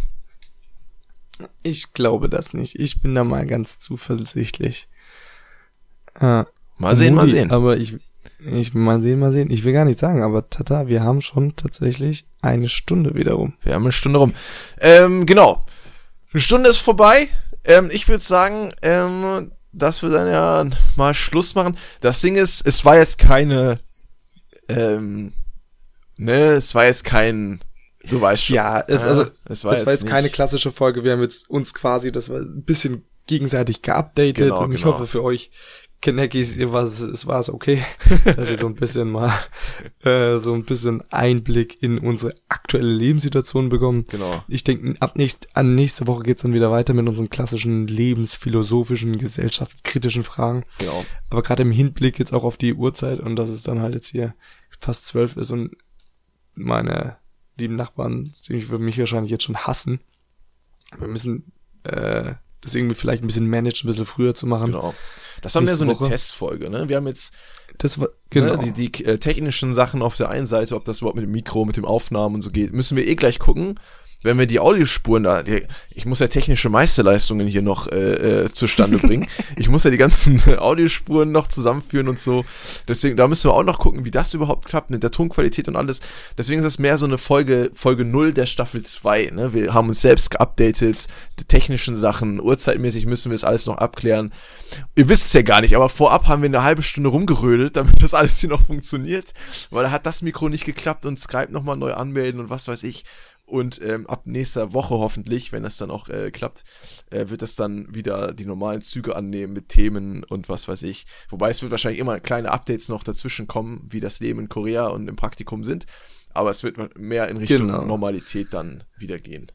Ich glaube das nicht. Ich bin da mal ganz zuversichtlich. Äh, mal sehen, mal sehen. Aber ich, ich, mal sehen, mal sehen. Ich will gar nicht sagen, aber tata, wir haben schon tatsächlich eine Stunde wieder rum. Wir haben eine Stunde rum. Ähm, genau. Eine Stunde ist vorbei. Ähm, ich würde sagen, ähm, dass wir dann ja mal Schluss machen. Das Ding ist, es war jetzt keine, ähm, ne, es war jetzt kein, du weißt schon. Ja, es, also, es war das jetzt, war jetzt nicht, keine klassische Folge. Wir haben jetzt uns quasi, das war ein bisschen gegenseitig geupdatet genau, und ich genau. hoffe für euch, Kneckis, war es, es war es okay, dass ihr so ein bisschen mal, äh, so ein bisschen Einblick in unsere aktuelle Lebenssituation bekommen. Genau. Ich denke, ab nächst, an nächste Woche geht's dann wieder weiter mit unseren klassischen lebensphilosophischen, gesellschaftskritischen Fragen. Genau. Aber gerade im Hinblick jetzt auch auf die Uhrzeit und dass es dann halt jetzt hier fast zwölf ist und meine lieben Nachbarn, die würden mich wahrscheinlich jetzt schon hassen. Wir müssen äh, das irgendwie vielleicht ein bisschen managen, ein bisschen früher zu machen. Genau. Das war mehr so eine Woche. Testfolge, ne? Wir haben jetzt das war, genau. ne, die, die äh, technischen Sachen auf der einen Seite, ob das überhaupt mit dem Mikro, mit dem Aufnahmen und so geht, müssen wir eh gleich gucken. Wenn wir die Audiospuren da, die, ich muss ja technische Meisterleistungen hier noch äh, äh, zustande bringen. Ich muss ja die ganzen Audiospuren noch zusammenführen und so. Deswegen, da müssen wir auch noch gucken, wie das überhaupt klappt mit der Tonqualität und alles. Deswegen ist es mehr so eine Folge, Folge null der Staffel zwei. Ne? Wir haben uns selbst geupdatet, die technischen Sachen, uhrzeitmäßig müssen wir es alles noch abklären. Ihr wisst es ja gar nicht, aber vorab haben wir eine halbe Stunde rumgerödelt, damit das alles hier noch funktioniert. Weil da hat das Mikro nicht geklappt und Skype nochmal neu anmelden und was weiß ich. Und ähm, ab nächster Woche hoffentlich, wenn das dann auch äh, klappt, äh, wird das dann wieder die normalen Züge annehmen mit Themen und was weiß ich. Wobei es wird wahrscheinlich immer kleine Updates noch dazwischen kommen, wie das Leben in Korea und im Praktikum sind. Aber es wird mehr in Richtung genau. Normalität dann wieder gehen.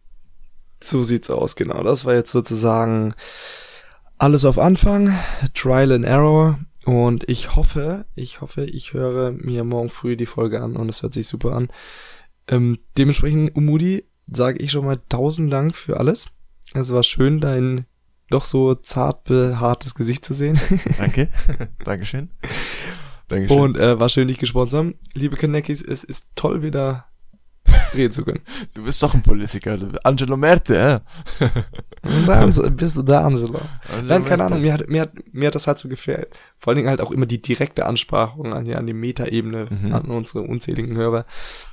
So sieht's aus, genau. Das war jetzt sozusagen alles auf Anfang, Trial and Error. Und ich hoffe, ich hoffe, ich höre mir morgen früh die Folge an und es hört sich super an. Ähm, dementsprechend, Umudi, sage ich schon mal tausend Dank für alles. Es war schön, dein doch so zart behaartes Gesicht zu sehen. Danke. Dankeschön. Dankeschön. Und äh, war schön, dich gesponsert haben. Liebe Kneckis, es ist toll, wieder reden zu können. Du bist doch ein Politiker. Angelo Merte, äh? Da bist du da, Angelo. Angelo Nein, keine Merte. Ahnung, mir hat, mir, hat, mir hat das halt so gefällt. Vor allen Dingen halt auch immer die direkte Ansprache an, ja, an die Metaebene, Mhm. an unsere unzähligen Hörer.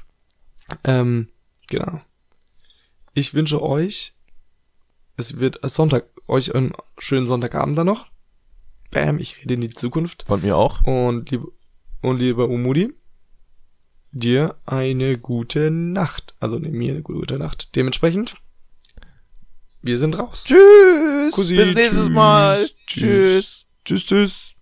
Ähm, genau. Ich wünsche euch, es wird Sonntag, euch einen schönen Sonntagabend dann noch. Bam, ich rede in die Zukunft. Von mir auch. Und, liebe, und lieber Umudi, dir eine gute Nacht. Also ne, mir eine gute Nacht. Dementsprechend, wir sind raus. Tschüss. Kussi, Bis nächstes tschüss, Mal. Tschüss. Tschüss. Tschüss, tschüss.